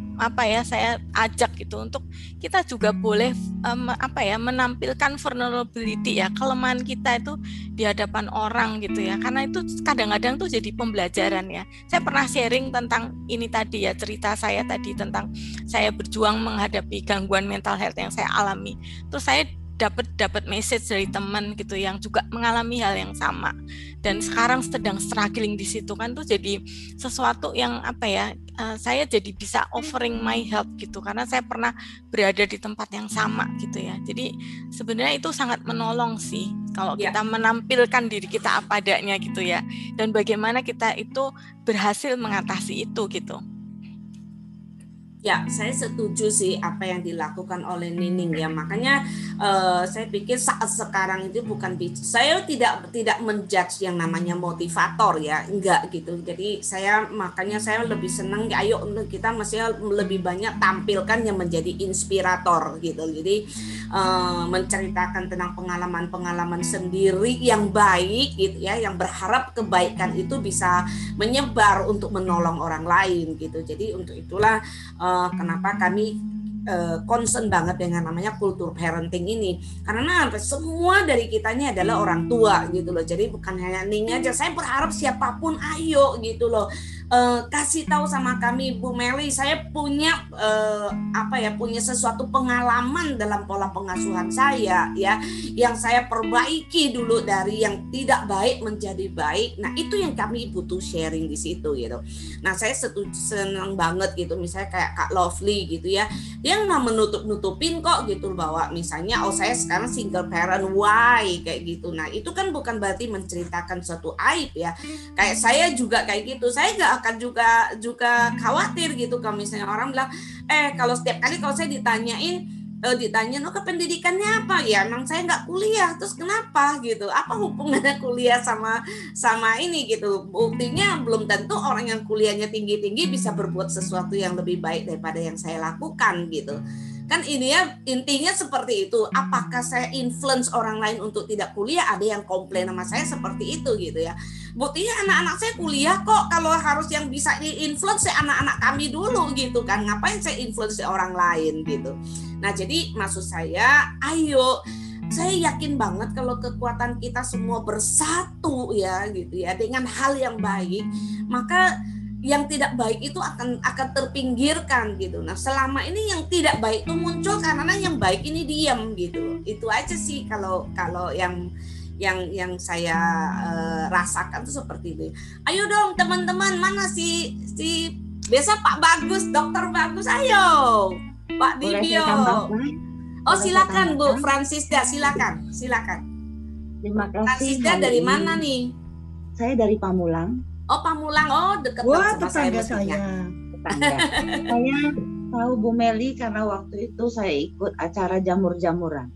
ajak gitu untuk kita juga boleh menampilkan vulnerability ya, kelemahan kita itu di hadapan orang gitu ya, karena itu kadang-kadang tuh jadi pembelajaran ya. Saya pernah sharing tentang ini tadi ya, cerita saya tadi tentang saya berjuang menghadapi gangguan mental health yang saya alami. Terus saya dapat message dari teman gitu yang juga mengalami hal yang sama dan sekarang sedang struggling di situ kan, tuh jadi sesuatu yang saya jadi bisa offering my help gitu, karena saya pernah berada di tempat yang sama gitu ya. Jadi sebenarnya itu sangat menolong sih kalau kita menampilkan diri kita apa adanya gitu ya, dan bagaimana kita itu berhasil mengatasi itu gitu. Ya, saya setuju sih apa yang dilakukan oleh Nining ya. Makanya saya pikir saat sekarang itu bukan saya tidak menjudge yang namanya motivator ya, enggak gitu. Jadi makanya saya lebih senang ayo kita masih lebih banyak tampilkan yang menjadi inspirator gitu. Jadi menceritakan tentang pengalaman-pengalaman sendiri yang baik gitu ya, yang berharap kebaikan itu bisa menyebar untuk menolong orang lain gitu. Jadi untuk itulah kenapa kami concern banget dengan namanya kultur parenting ini, karena semua dari kita ini adalah orang tua gitu loh. Jadi bukan hanya Ning aja, saya berharap siapapun ayo gitu loh, kasih tahu sama kami, Bu Meli, saya punya punya sesuatu pengalaman dalam pola pengasuhan saya ya, yang saya perbaiki dulu dari yang tidak baik menjadi baik. Nah itu yang kami butuh sharing di situ gitu. Nah saya senang banget gitu, misalnya kayak Kak Lovely gitu ya, dia nggak menutup-nutupin kok gitu bahwa misalnya saya sekarang single parent, why kayak gitu. Nah itu kan bukan berarti menceritakan suatu aib ya. Kayak saya juga kayak gitu, saya nggak akan juga khawatir gitu kalau misalnya orang bilang kalau setiap kali kalau saya ditanyain ke pendidikannya apa, ya emang saya nggak kuliah, terus kenapa gitu, apa hubungannya kuliah sama ini gitu. Buktinya belum tentu orang yang kuliahnya tinggi-tinggi bisa berbuat sesuatu yang lebih baik daripada yang saya lakukan gitu kan. Ini ya intinya seperti itu. Apakah saya influence orang lain untuk tidak kuliah? Ada yang komplain sama saya seperti itu gitu ya. Buktinya anak-anak saya kuliah kok. Kalau harus yang bisa di-influence anak-anak kami dulu gitu kan. Ngapain saya influence orang lain gitu. Nah jadi maksud saya, ayo, saya yakin banget kalau kekuatan kita semua bersatu ya gitu ya dengan hal yang baik, maka yang tidak baik itu akan terpinggirkan gitu. Nah selama ini yang tidak baik itu muncul karena yang baik ini diam gitu. Itu aja sih kalau yang saya rasakan tuh seperti itu. Ayo dong teman-teman, mana si biasa Pak Bagus, Dokter Bagus, ayo Pak Dibio. Oh silakan Bu Fransisda, silakan. Terima kasih. Fransisda dari mana nih? Saya dari Pamulang. Oh Pamulang, dekat sama saya. Saya tahu Bu Meli karena waktu itu saya ikut acara jamur-jamuran.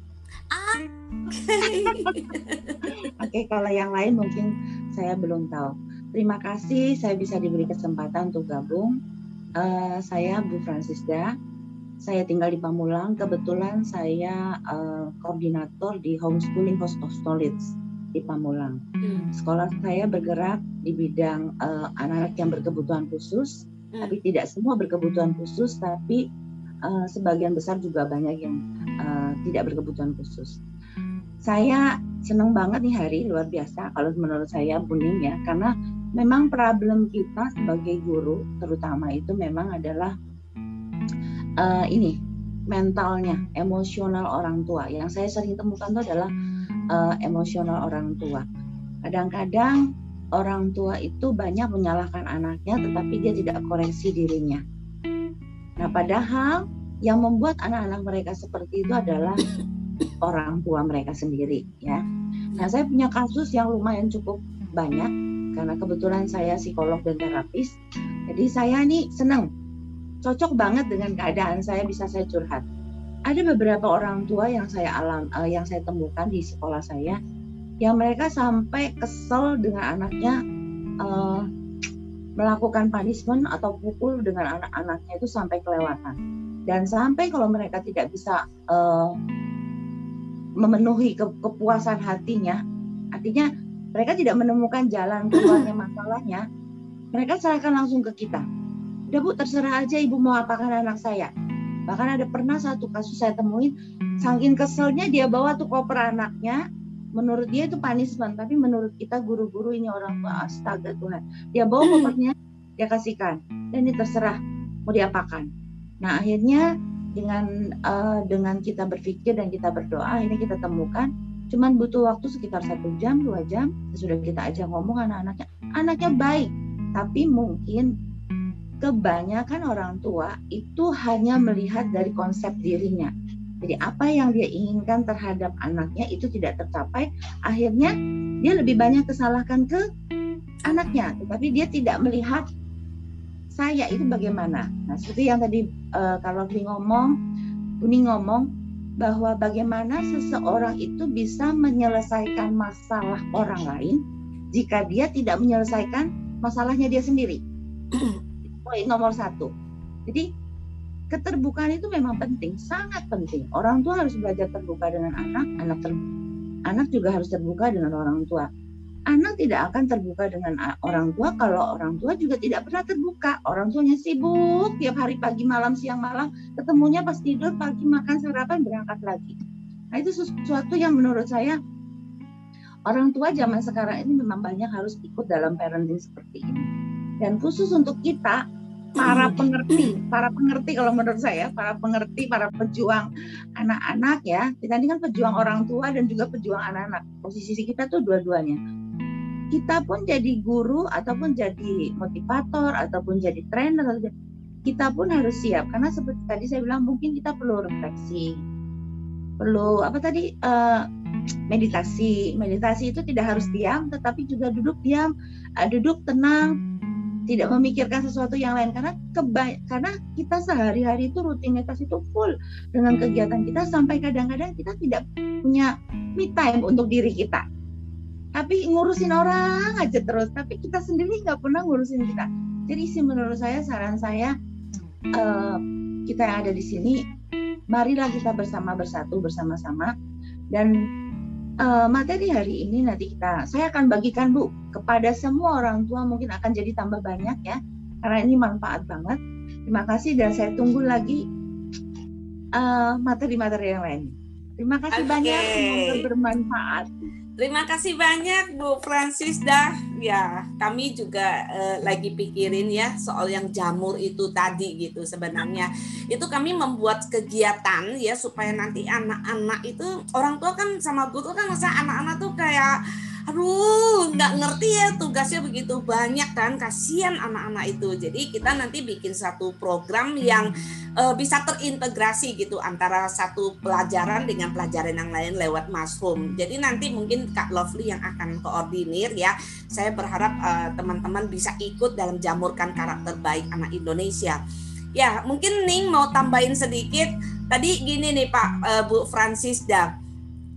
Oke, kalau yang lain mungkin saya belum tahu. Terima kasih saya bisa diberi kesempatan untuk gabung. Saya Bu Fransisda. Saya tinggal di Pamulang. Kebetulan saya koordinator di homeschooling Host of Knowledge di Pamulang. Sekolah saya bergerak di bidang anak-anak yang berkebutuhan khusus, tapi tidak semua berkebutuhan khusus, tapi sebagian besar juga banyak yang tidak berkebutuhan khusus. Saya senang banget nih hari, luar biasa kalau menurut saya Bu Ning ya, karena memang problem kita sebagai guru terutama itu memang adalah mentalnya, emosional orang tua. Yang saya sering temukan itu adalah emosional orang tua. Kadang-kadang orang tua itu banyak menyalahkan anaknya, tetapi dia tidak koreksi dirinya. Nah, padahal yang membuat anak-anak mereka seperti itu adalah orang tua mereka sendiri, ya. Nah, saya punya kasus yang lumayan cukup banyak karena kebetulan saya psikolog dan terapis. Jadi saya nih senang, cocok banget dengan keadaan saya, bisa saya curhat. Ada beberapa orang tua yang saya temukan di sekolah saya, yang mereka sampai kesel dengan anaknya melakukan punishment atau pukul dengan anak-anaknya itu sampai kelewatan. Dan sampai kalau mereka tidak bisa memenuhi kepuasan hatinya, artinya mereka tidak menemukan jalan keluarnya masalahnya, mereka serahkan langsung ke kita. Udah Bu, terserah aja Ibu mau apakan anak saya. Bahkan ada pernah satu kasus saya temuin, saking keselnya dia bawa tuh koper anaknya, menurut dia itu punishment, tapi menurut kita guru-guru ini orang tua, astaga Tuhan, dia bawa kopernya, dia kasihkan, dan ini terserah mau diapakan. Nah akhirnya dengan kita berpikir dan kita berdoa, akhirnya kita temukan, cuman butuh waktu sekitar 1 jam, 2 jam, sudah kita ajak ngomong anaknya baik, tapi mungkin kebanyakan orang tua itu hanya melihat dari konsep dirinya. Jadi apa yang dia inginkan terhadap anaknya itu tidak tercapai, akhirnya dia lebih banyak kesalahkan ke anaknya, tetapi dia tidak melihat saya itu bagaimana. Nah, seperti yang tadi kalau Uni ngomong bahwa bagaimana seseorang itu bisa menyelesaikan masalah orang lain jika dia tidak menyelesaikan masalahnya dia sendiri. Poin nomor 1. Jadi keterbukaan itu memang penting, sangat penting. Orang tua harus belajar terbuka dengan anak juga harus terbuka dengan orang tua. Anak tidak akan terbuka dengan orang tua kalau orang tua juga tidak pernah terbuka. Orang tuanya sibuk tiap hari, pagi malam siang malam, ketemunya pas tidur, pagi makan sarapan berangkat lagi. Nah, itu sesuatu yang menurut saya orang tua zaman sekarang ini memang banyak harus ikut dalam parenting seperti ini. Dan khusus untuk kita para pengerti kalau menurut saya, para pengerti, para pejuang anak-anak ya. Kita ini kan pejuang orang tua dan juga pejuang anak-anak. Posisi kita tuh dua-duanya. Kita pun jadi guru ataupun jadi motivator ataupun jadi trainer, kita pun harus siap karena seperti tadi saya bilang mungkin kita perlu refleksi, perlu meditasi itu tidak harus diam tetapi juga duduk diam, duduk tenang, tidak memikirkan sesuatu yang lain karena kita sehari-hari itu rutinitas itu full dengan kegiatan kita sampai kadang-kadang kita tidak punya me time untuk diri kita. Tapi ngurusin orang aja terus, tapi kita sendiri nggak pernah ngurusin kita. Jadi sih menurut saya, saran saya, kita yang ada di sini, marilah kita bersama-sama. Dan materi hari ini nanti saya akan bagikan Bu kepada semua orang tua, mungkin akan jadi tambah banyak ya, karena ini manfaat banget. Terima kasih dan saya tunggu lagi materi-materi yang lain. Terima kasih banyak, semoga bermanfaat. Terima kasih banyak Bu Fransisda. Ya, kami juga lagi pikirin ya soal yang jamur itu tadi gitu sebenarnya. Itu kami membuat kegiatan ya supaya nanti anak-anak itu, orang tua kan sama guru kan masa anak-anak tuh kayak aduh nggak ngerti ya tugasnya begitu banyak kan, kasihan anak-anak itu. Jadi kita nanti bikin satu program yang bisa terintegrasi gitu antara satu pelajaran dengan pelajaran yang lain lewat Mushroom. Jadi nanti mungkin Kak Lovely yang akan koordinir ya. Saya berharap teman-teman bisa ikut dalam jamurkan karakter baik anak Indonesia. Ya mungkin Ning mau tambahin sedikit. Tadi gini nih Pak Bu Fransisda.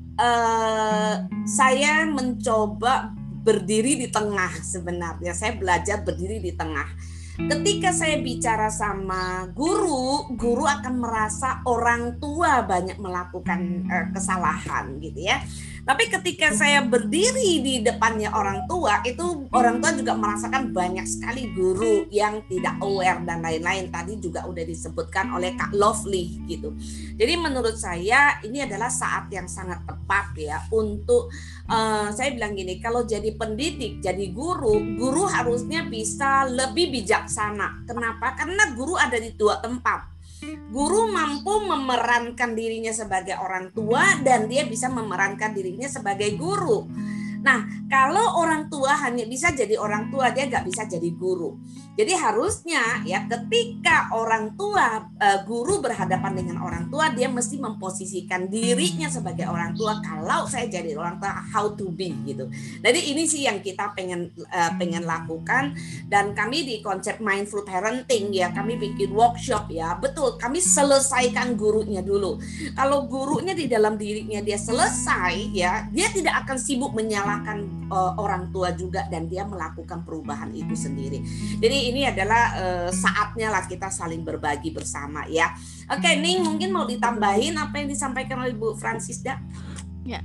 Saya mencoba berdiri di tengah sebenarnya. Saya belajar berdiri di tengah. Ketika saya bicara sama guru akan merasa orang tua banyak melakukan kesalahan gitu ya. Tapi ketika saya berdiri di depannya orang tua, itu orang tua juga merasakan banyak sekali guru yang tidak aware dan lain-lain. Tadi juga udah disebutkan oleh Kak Lovely gitu. Jadi menurut saya ini adalah saat yang sangat tepat ya untuk saya bilang gini, kalau jadi pendidik, jadi guru harusnya bisa lebih bijaksana. Kenapa? Karena guru ada di dua tempat. Guru mampu memerankan dirinya sebagai orang tua dan dia bisa memerankan dirinya sebagai guru. Nah, kalau orang tua hanya bisa jadi orang tua, dia nggak bisa jadi guru. Jadi harusnya ya ketika orang tua, guru berhadapan dengan orang tua, dia mesti memposisikan dirinya sebagai orang tua. Kalau saya jadi orang tua, how to be gitu. Jadi ini sih yang kita pengen lakukan. Dan kami di konsep mindful parenting ya, kami bikin workshop ya. Betul, kami selesaikan gurunya dulu. Kalau gurunya di dalam dirinya dia selesai ya, dia tidak akan sibuk menyalahkan orang tua juga dan dia melakukan perubahan itu sendiri. Jadi ini adalah saatnya lah kita saling berbagi bersama ya. Oke, Ning mungkin mau ditambahin apa yang disampaikan oleh Bu Fransisda? Ya,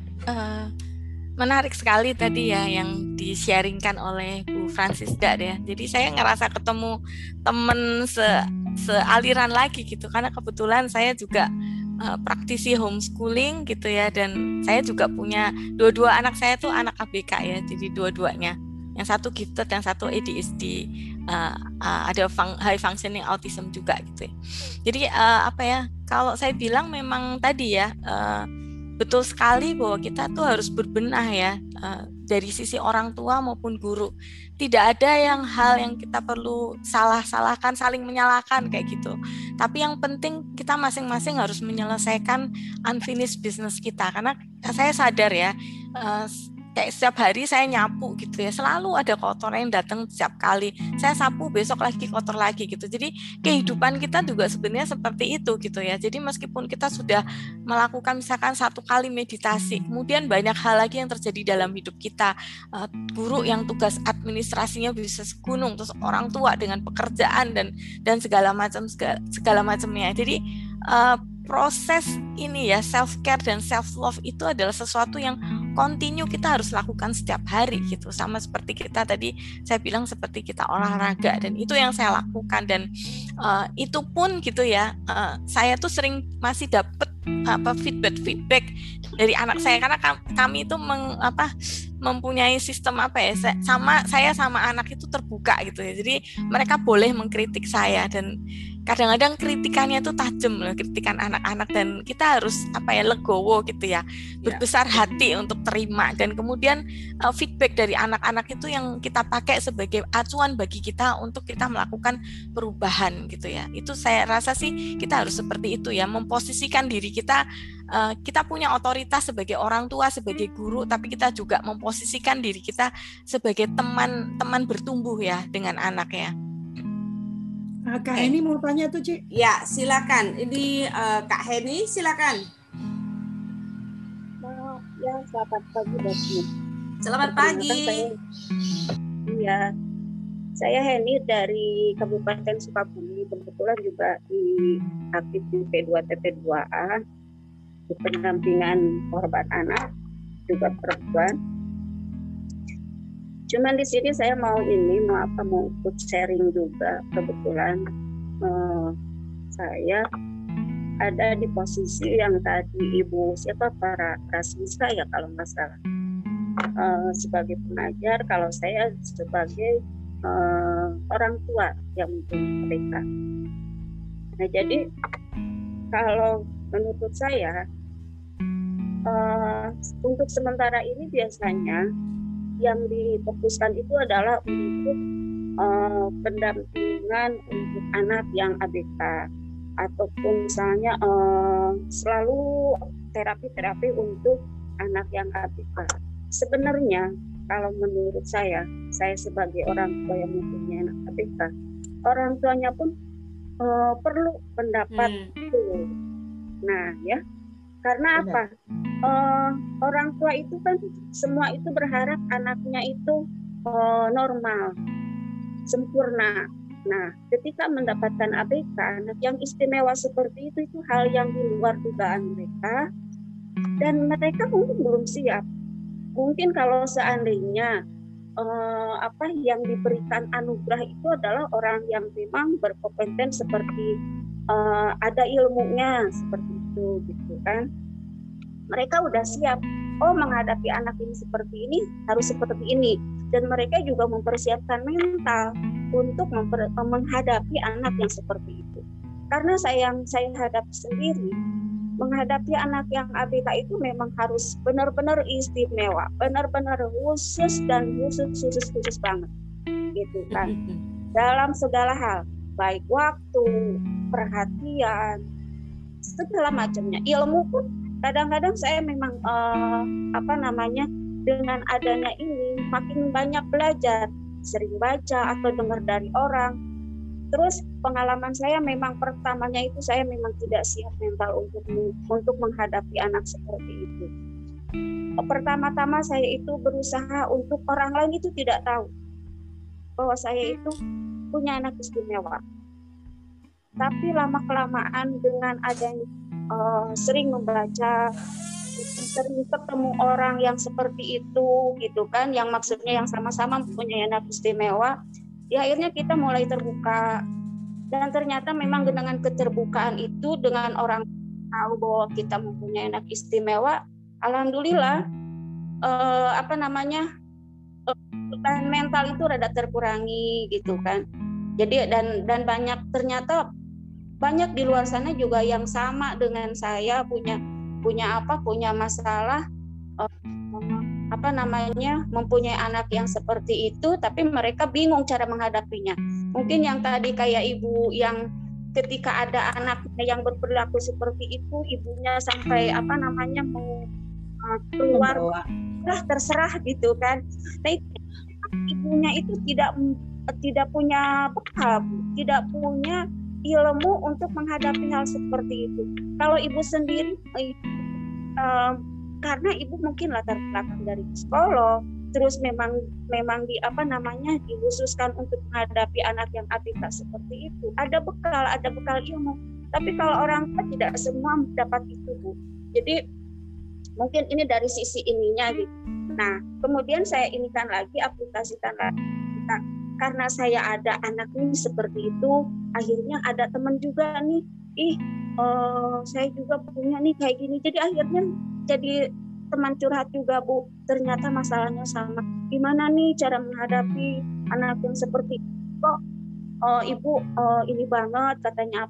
menarik sekali tadi ya yang di-sharingkan oleh Bu Fransisda ya. Jadi saya ngerasa ketemu temen sealiran lagi gitu karena kebetulan saya juga praktisi homeschooling gitu ya, dan saya juga punya dua anak saya tuh anak ABK ya, jadi dua-duanya, yang satu gifted, yang satu ADHD, ada high functioning autism juga gitu ya. Jadi kalau saya bilang memang tadi ya betul sekali bahwa kita tuh harus berbenah ya, dari sisi orang tua maupun guru. Tidak ada hal yang kita perlu salahkan, saling menyalahkan kayak gitu. Tapi yang penting kita masing-masing harus menyelesaikan unfinished business kita. Karena saya sadar ya, kayak setiap hari saya nyapu gitu ya, selalu ada kotoran yang datang setiap kali saya sapu, besok lagi kotor lagi gitu. Jadi kehidupan kita juga sebenarnya seperti itu gitu ya. Jadi meskipun kita sudah melakukan misalkan 1 kali meditasi, kemudian banyak hal lagi yang terjadi dalam hidup kita, guru yang tugas administrasinya bisa segunung, terus orang tua dengan pekerjaan dan segala macamnya. Jadi proses ini ya, self care dan self love itu adalah sesuatu yang continue kita harus lakukan setiap hari gitu. Sama seperti kita tadi saya bilang, seperti kita olahraga, dan itu yang saya lakukan. Dan itu pun gitu ya, saya tuh sering masih dapat feedback dari anak saya, karena kami itu mempunyai sistem saya sama anak itu terbuka gitu ya. Jadi mereka boleh mengkritik saya, dan kadang-kadang kritikannya itu tajam loh, kritikan anak-anak, dan kita harus legowo gitu ya, berbesar hati untuk terima. Dan kemudian feedback dari anak-anak itu yang kita pakai sebagai acuan bagi kita untuk kita melakukan perubahan gitu ya. Itu saya rasa sih kita harus seperti itu ya, memposisikan diri kita. Kita punya otoritas sebagai orang tua, sebagai guru, tapi kita juga memposisikan diri kita sebagai teman bertumbuh ya dengan anak ya. Kak Heni mau tanya tuh, Ci? Ya, silakan. Ini Kak Heni, silakan. Ya, selamat pagi, Dok. Selamat pagi. Saya Heni dari Kabupaten Sukabumi, kebetulan juga aktif di P2 TP2A, di pendampingan korban anak, juga perempuan. Cuman di sini saya mau ikut sharing juga. Kebetulan saya ada di posisi yang tadi Ibu para Rasmiska ya kalau nggak salah, sebagai pengajar, kalau saya sebagai orang tua yang mempunyai mereka. Nah, jadi kalau menurut saya untuk sementara ini biasanya yang difokuskan itu adalah untuk pendampingan untuk anak yang ABK, ataupun misalnya selalu terapi untuk anak yang ABK. Sebenarnya kalau menurut saya sebagai orang tua yang mempunyai anak ABK, orang tuanya pun perlu pendapat itu. Nah ya, karena apa? Orang tua itu kan semua itu berharap anaknya itu normal, sempurna. Nah, ketika mendapatkan ABK, anak yang istimewa seperti itu hal yang di luar dugaan mereka, dan mereka mungkin belum siap. Mungkin kalau seandainya yang diberikan anugerah itu adalah orang yang memang berkompeten, seperti ada ilmunya seperti itu gitu kan. Mereka udah siap, menghadapi anak ini seperti ini, harus seperti ini. Dan mereka juga mempersiapkan mental untuk menghadapi anak yang seperti itu. Karena saya hadapi sendiri, menghadapi anak yang ABK itu memang harus benar-benar istimewa, benar-benar khusus dan khusus banget gitu kan. Dalam segala hal, baik waktu, perhatian, segala macamnya. Ilmu pun kadang-kadang saya memang dengan adanya ini makin banyak belajar, sering baca atau dengar dari orang. Terus pengalaman saya memang pertamanya itu saya memang tidak siap mental untuk menghadapi anak seperti itu. Pertama-tama saya itu berusaha untuk orang lain itu tidak tahu bahwa saya itu punya anak istimewa. Tapi lama-kelamaan dengan adanya sering membaca, sering ketemu orang yang seperti itu gitu kan, yang maksudnya yang sama-sama mempunyai anak istimewa, ya akhirnya kita mulai terbuka. Dan ternyata memang dengan keterbukaan itu, dengan orang tahu bahwa kita mempunyai anak istimewa, alhamdulillah beban mental itu rada terkurangi gitu kan. Jadi dan ternyata banyak di luar sana juga yang sama dengan saya, punya masalah mempunyai anak yang seperti itu, tapi mereka bingung cara menghadapinya. Mungkin yang tadi kayak ibu yang ketika ada anaknya yang berperilaku seperti itu, ibunya sampai mau keluar terserah gitu kan. Nah, ibunya itu tidak punya bekal, tidak punya ilmu untuk menghadapi hal seperti itu. Kalau ibu sendiri, karena ibu mungkin latar belakang dari psikolog, terus memang dikhususkan untuk menghadapi anak yang ABK seperti itu. Ada bekal ilmu. Tapi kalau orang tua tidak semua dapat itu, Bu. Jadi mungkin ini dari sisi ininya gitu. Nah, kemudian saya aplikasikan lagi. Nah, karena saya ada anak nih seperti itu, akhirnya ada teman juga nih, saya juga punya nih kayak gini. Jadi akhirnya jadi teman curhat juga, Bu. Ternyata masalahnya sama. Gimana nih cara menghadapi anak yang seperti kok ibu ini banget katanya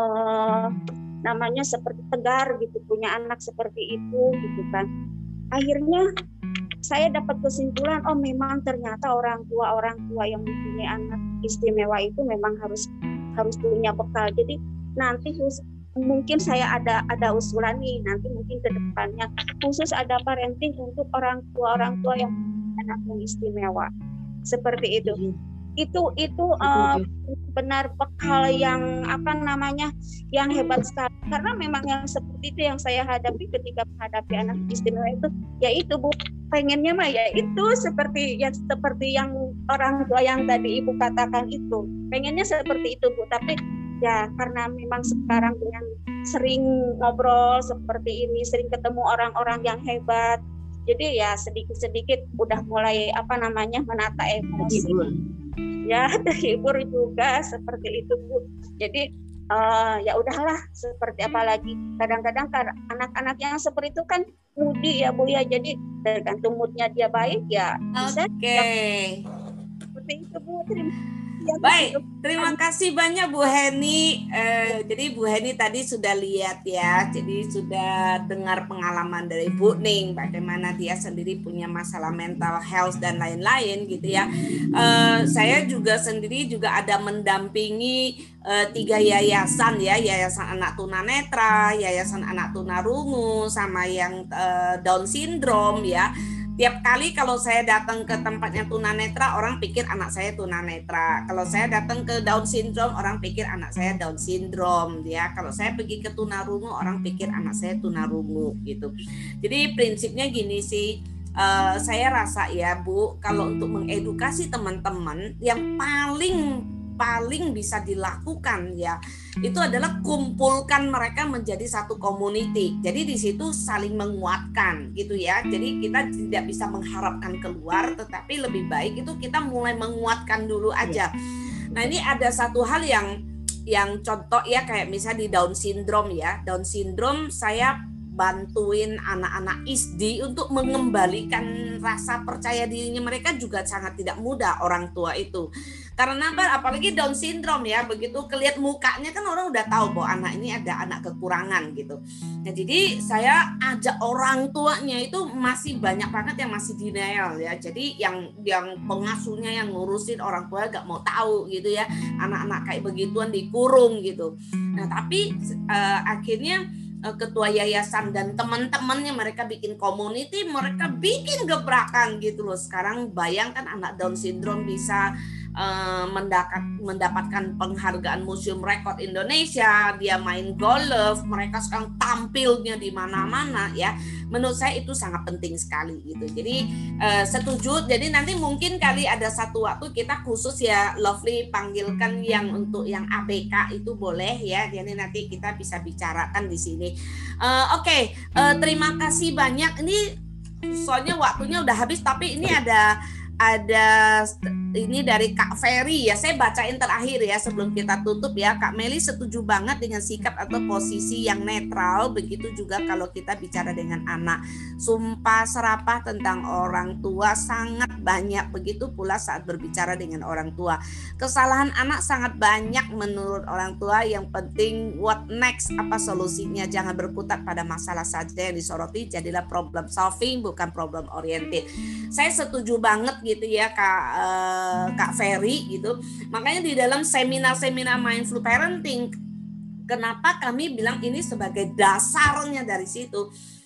namanya seperti tegar gitu, punya anak seperti itu gitu kan. Akhirnya saya dapat kesimpulan, memang ternyata orang tua yang mempunyai anak istimewa itu memang harus punya bekal. Jadi nanti mungkin saya ada usulan nih, nanti mungkin ke depannya khusus ada parenting untuk orang tua yang anak yang istimewa seperti itu. Itu benar bekal yang yang hebat sekali, karena memang yang seperti itu yang saya hadapi ketika menghadapi anak istimewa itu, yaitu Bu, pengennya mah ya itu seperti yang orang tua yang tadi Ibu katakan itu, pengennya seperti itu Bu. Tapi ya karena memang sekarang dengan sering ngobrol seperti ini, sering ketemu orang-orang yang hebat, jadi ya sedikit-sedikit udah mulai menata emosi. Ya, terhibur juga seperti itu Bu. Jadi ya udahlah, seperti apa lagi. Kadang-kadang anak-anak yang seperti itu kan moody ya Bu ya. Jadi tergantung moodnya dia baik ya bisa. Seperti itu Bu. Baik, terima kasih banyak Bu Heni. Jadi Bu Heni tadi sudah lihat ya, jadi sudah dengar pengalaman dari Bu Ning, bagaimana dia sendiri punya masalah mental health dan lain-lain gitu ya. Saya juga sendiri juga ada mendampingi 3 yayasan ya, Yayasan Anak Tunanetra, Yayasan Anak Tunarungu, sama yang Down Syndrome ya. Tiap kali kalau saya datang ke tempatnya tunanetra, orang pikir anak saya tunanetra. Kalau saya datang ke Down Syndrome, orang pikir anak saya Down Syndrome ya. Kalau saya pergi ke tunarungu, orang pikir anak saya tunarungu gitu. Jadi prinsipnya gini sih, saya rasa ya Bu, kalau untuk mengedukasi teman-teman, yang paling bisa dilakukan ya itu adalah kumpulkan mereka menjadi satu community. Jadi di situ saling menguatkan gitu ya. Jadi kita tidak bisa mengharapkan keluar, tetapi lebih baik itu kita mulai menguatkan dulu aja. Nah, ini ada satu hal yang contoh ya, kayak misalnya di Down Syndrome ya. Down Syndrome saya bantuin anak-anak ISDI untuk mengembalikan rasa percaya dirinya mereka juga sangat tidak mudah orang tua itu. Karena apalagi Down Syndrome ya, begitu kelihatan mukanya kan orang udah tahu bahwa anak ini ada anak kekurangan gitu. Nah, jadi saya ajak orang tuanya itu masih banyak banget yang masih denial ya. Jadi yang pengasuhnya yang ngurusin orang tua gak mau tahu gitu ya. Anak-anak kayak begituan dikurung gitu. Nah, tapi akhirnya ketua yayasan dan teman-temannya mereka bikin community, mereka bikin gebrakan gitu loh. Sekarang bayangkan anak Down Syndrome bisa mendapatkan penghargaan Museum Rekor Indonesia, dia main golf, mereka sekarang tampilnya di mana-mana ya. Menurut saya itu sangat penting sekali gitu. Jadi setuju. Jadi nanti mungkin kali ada satu waktu kita khusus ya, Lovely panggilkan yang untuk yang ABK itu boleh ya. Jadi nanti kita bisa bicarakan di sini. Oke, terima kasih banyak. Ini soalnya waktunya udah habis, tapi ini ada ini dari Kak Ferry ya, saya bacain terakhir ya sebelum kita tutup ya. Kak Meli setuju banget dengan sikap atau posisi yang netral, begitu juga kalau kita bicara dengan anak. Sumpah serapah tentang orang tua sangat banyak, begitu pula saat berbicara dengan orang tua. Kesalahan anak sangat banyak menurut orang tua, yang penting what next, apa solusinya. Jangan berkutat pada masalah saja yang disoroti, jadilah problem solving bukan problem oriented. Saya setuju banget gitu ya Kak Ferry gitu. Makanya di dalam seminar-seminar mindful parenting, kenapa kami bilang ini sebagai dasarnya dari situ.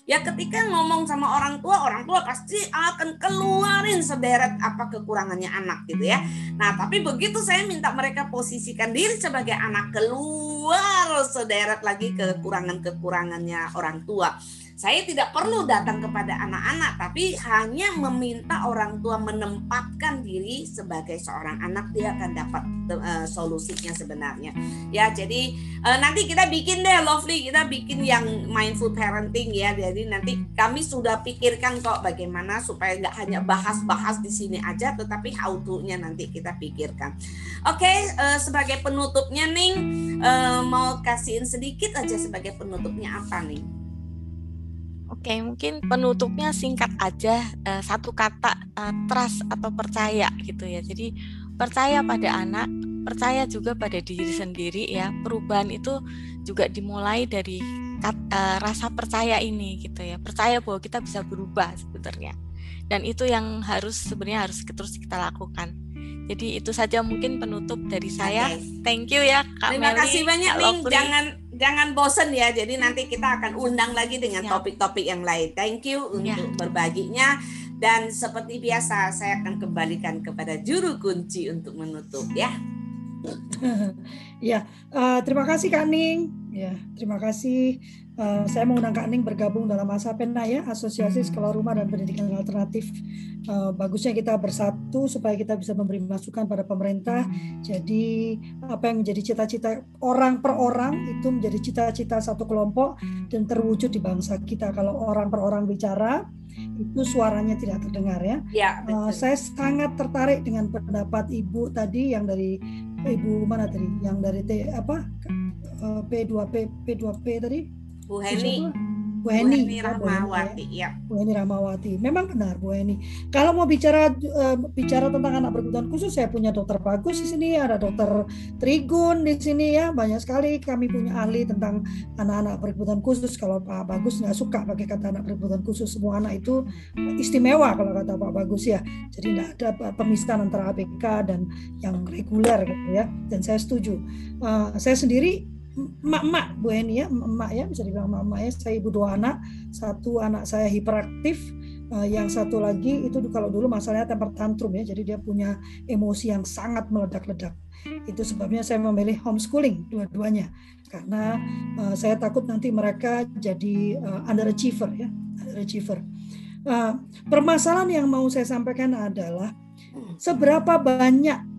Ya ketika ngomong sama orang tua pasti akan keluarin sederet apa kekurangannya anak gitu ya. Nah, tapi begitu saya minta mereka posisikan diri sebagai anak, keluar sederet lagi kekurangan-kekurangannya orang tua. Saya tidak perlu datang kepada anak-anak, tapi hanya meminta orang tua menempatkan diri sebagai seorang anak, dia akan dapat solusinya sebenarnya. Ya, jadi nanti kita bikin deh, Lovely, kita bikin yang mindful parenting ya. Jadi nanti kami sudah pikirkan kok bagaimana supaya nggak hanya bahas-bahas di sini aja, tetapi how to-nya nanti kita pikirkan. Oke, sebagai penutupnya Ning, mau kasihin sedikit aja sebagai penutupnya apa Ning? Oke, mungkin penutupnya singkat aja, satu kata, trust atau percaya gitu ya. Jadi percaya pada anak, percaya juga pada diri sendiri ya. Perubahan itu juga dimulai dari rasa percaya ini gitu ya. Percaya bahwa kita bisa berubah sebenarnya. Dan itu yang sebenarnya harus terus kita lakukan. Jadi itu saja mungkin penutup dari saya. Okay. Thank you ya Kak Terima Meli, kasih banyak Ning. Jangan bosen ya. Jadi nanti kita akan undang lagi dengan topik-topik yang lain. Thank you untuk berbaginya. Dan seperti biasa saya akan kembalikan kepada juru kunci untuk menutup ya. Ya, terima kasih Kak Ning. Ya, terima kasih. Saya mengundang Kak Ning bergabung dalam ASAPENA ya, Asosiasi Sekolah Rumah dan Pendidikan Alternatif. Bagusnya kita bersatu supaya kita bisa memberi masukan pada pemerintah. Jadi apa yang menjadi cita-cita orang per orang itu menjadi cita-cita satu kelompok dan terwujud di bangsa kita. Kalau orang per orang bicara, itu suaranya tidak terdengar ya. Ya, saya sangat tertarik dengan pendapat Ibu tadi yang dari Ibu mana tadi? Yang dari P2P tadi? Bu Heni. Bu Heni Rahmawati ya. Bu Heni Rahmawati. Memang benar Bu Heni. Kalau mau bicara tentang anak berkebutuhan khusus, saya punya dokter bagus di sini, ada dokter Trigun di sini ya. Banyak sekali kami punya ahli tentang anak-anak berkebutuhan khusus. Kalau Pak Bagus nggak suka pakai kata anak berkebutuhan khusus, semua anak itu istimewa kalau kata Pak Bagus ya. Jadi nggak ada pemisahan antara ABK dan yang reguler gitu ya. Dan saya setuju. Saya sendiri emak-emak Bu Heni ya, emak ya, bisa dibilang emak ya. Saya ibu 2 anak, satu anak saya hiperaktif, yang satu lagi itu kalau dulu masalahnya temper tantrum ya, jadi dia punya emosi yang sangat meledak-ledak. Itu sebabnya saya memilih homeschooling dua-duanya, karena saya takut nanti mereka jadi underachiever ya, underachiever. Permasalahan yang mau saya sampaikan adalah seberapa banyak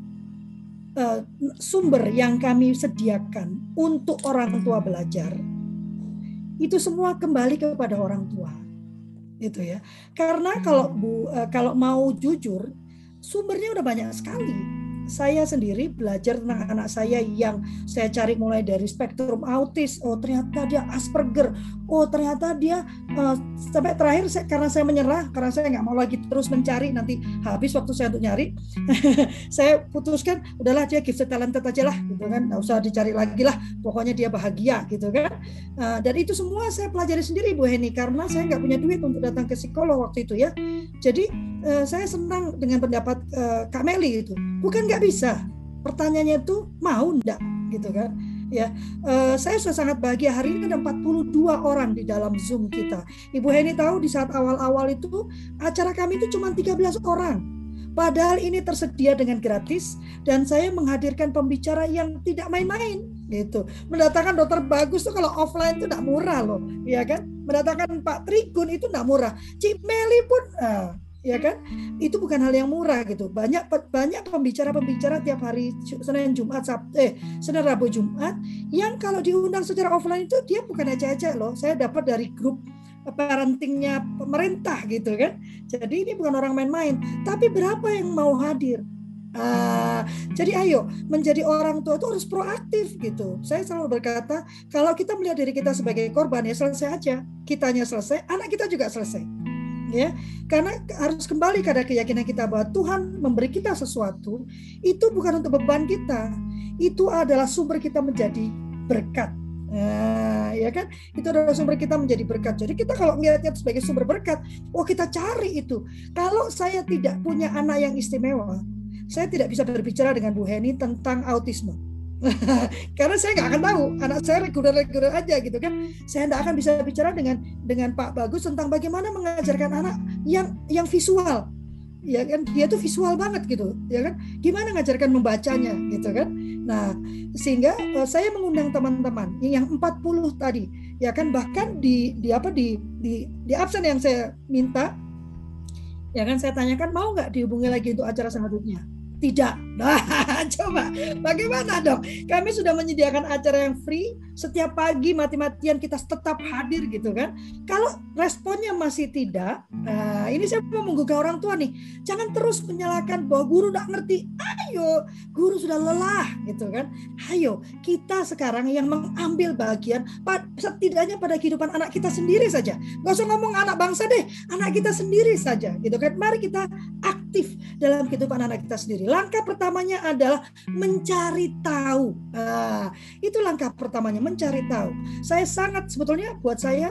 sumber yang kami sediakan untuk orang tua belajar itu semua kembali kepada orang tua, itu ya. Karena kalau mau jujur, sumbernya udah banyak sekali. Saya sendiri belajar tentang anak saya yang saya cari mulai dari spektrum autis, oh ternyata dia Asperger, oh ternyata dia sampai terakhir karena saya menyerah, karena saya nggak mau lagi terus mencari, nanti habis waktu saya untuk nyari, saya putuskan udahlah dia gifted talented aja lah, gitu kan, nggak usah dicari lagi lah, pokoknya dia bahagia, gitu kan. Dan itu semua saya pelajari sendiri Bu Heni, karena saya nggak punya duit untuk datang ke psikolog waktu itu ya. Jadi saya senang dengan pendapat Kak Meli itu. Bukan nggak bisa, pertanyaannya itu mau enggak gitu kan ya. Saya sudah sangat bahagia hari ini ada 42 orang di dalam Zoom kita. Ibu Heni tahu di saat awal-awal itu acara kami itu cuma 13 orang, padahal ini tersedia dengan gratis dan saya menghadirkan pembicara yang tidak main-main gitu. Mendatangkan dokter bagus tuh kalau offline itu enggak murah loh, ya kan. Mendatangkan Pak Trigun itu enggak murah. Cik Meli pun ya kan, itu bukan hal yang murah gitu. Banyak pembicara tiap hari Senin Rabu Jumat yang kalau diundang secara offline itu dia bukan aja loh. Saya dapat dari grup parentingnya pemerintah gitu kan. Jadi ini bukan orang main-main. Tapi berapa yang mau hadir? Jadi ayo menjadi orang tua itu harus proaktif gitu. Saya selalu berkata kalau kita melihat diri kita sebagai korban ya selesai aja. Kitanya selesai, anak kita juga selesai. Ya, karena harus kembali pada keyakinan kita bahwa Tuhan memberi kita sesuatu itu bukan untuk beban kita, itu adalah sumber kita menjadi berkat. Ya kan, itu adalah sumber kita menjadi berkat. Jadi kita kalau melihatnya sebagai sumber berkat, kita cari itu. Kalau saya tidak punya anak yang istimewa, saya tidak bisa berbicara dengan Bu Heni tentang autisme. Karena saya nggak akan tahu, anak saya reguler aja gitu kan. Saya nggak akan bisa bicara dengan Pak Bagus tentang bagaimana mengajarkan anak yang visual, ya kan, dia tuh visual banget gitu, ya kan, gimana ngajarkan membacanya gitu kan. Nah, sehingga saya mengundang teman-teman yang 40 tadi, ya kan, bahkan di absen yang saya minta, ya kan, saya tanyakan mau nggak dihubungi lagi untuk acara selanjutnya. Tidak. Nah, coba bagaimana dong? Kami sudah menyediakan acara yang free setiap pagi, mati-matian kita tetap hadir gitu kan. Kalau responnya masih tidak, ini saya mau menggugah orang tua nih. Jangan terus menyalahkan bahwa guru nggak ngerti. Ayo, guru sudah lelah gitu kan. Ayo, kita sekarang yang mengambil bagian setidaknya pada kehidupan anak kita sendiri saja. Nggak usah ngomong anak bangsa deh, anak kita sendiri saja gitu kan. Mari kita aktif dalam kehidupan anak kita sendiri. Langkah pertamanya adalah mencari tahu. Itu langkah pertamanya, mencari tahu. Saya sangat, sebetulnya buat saya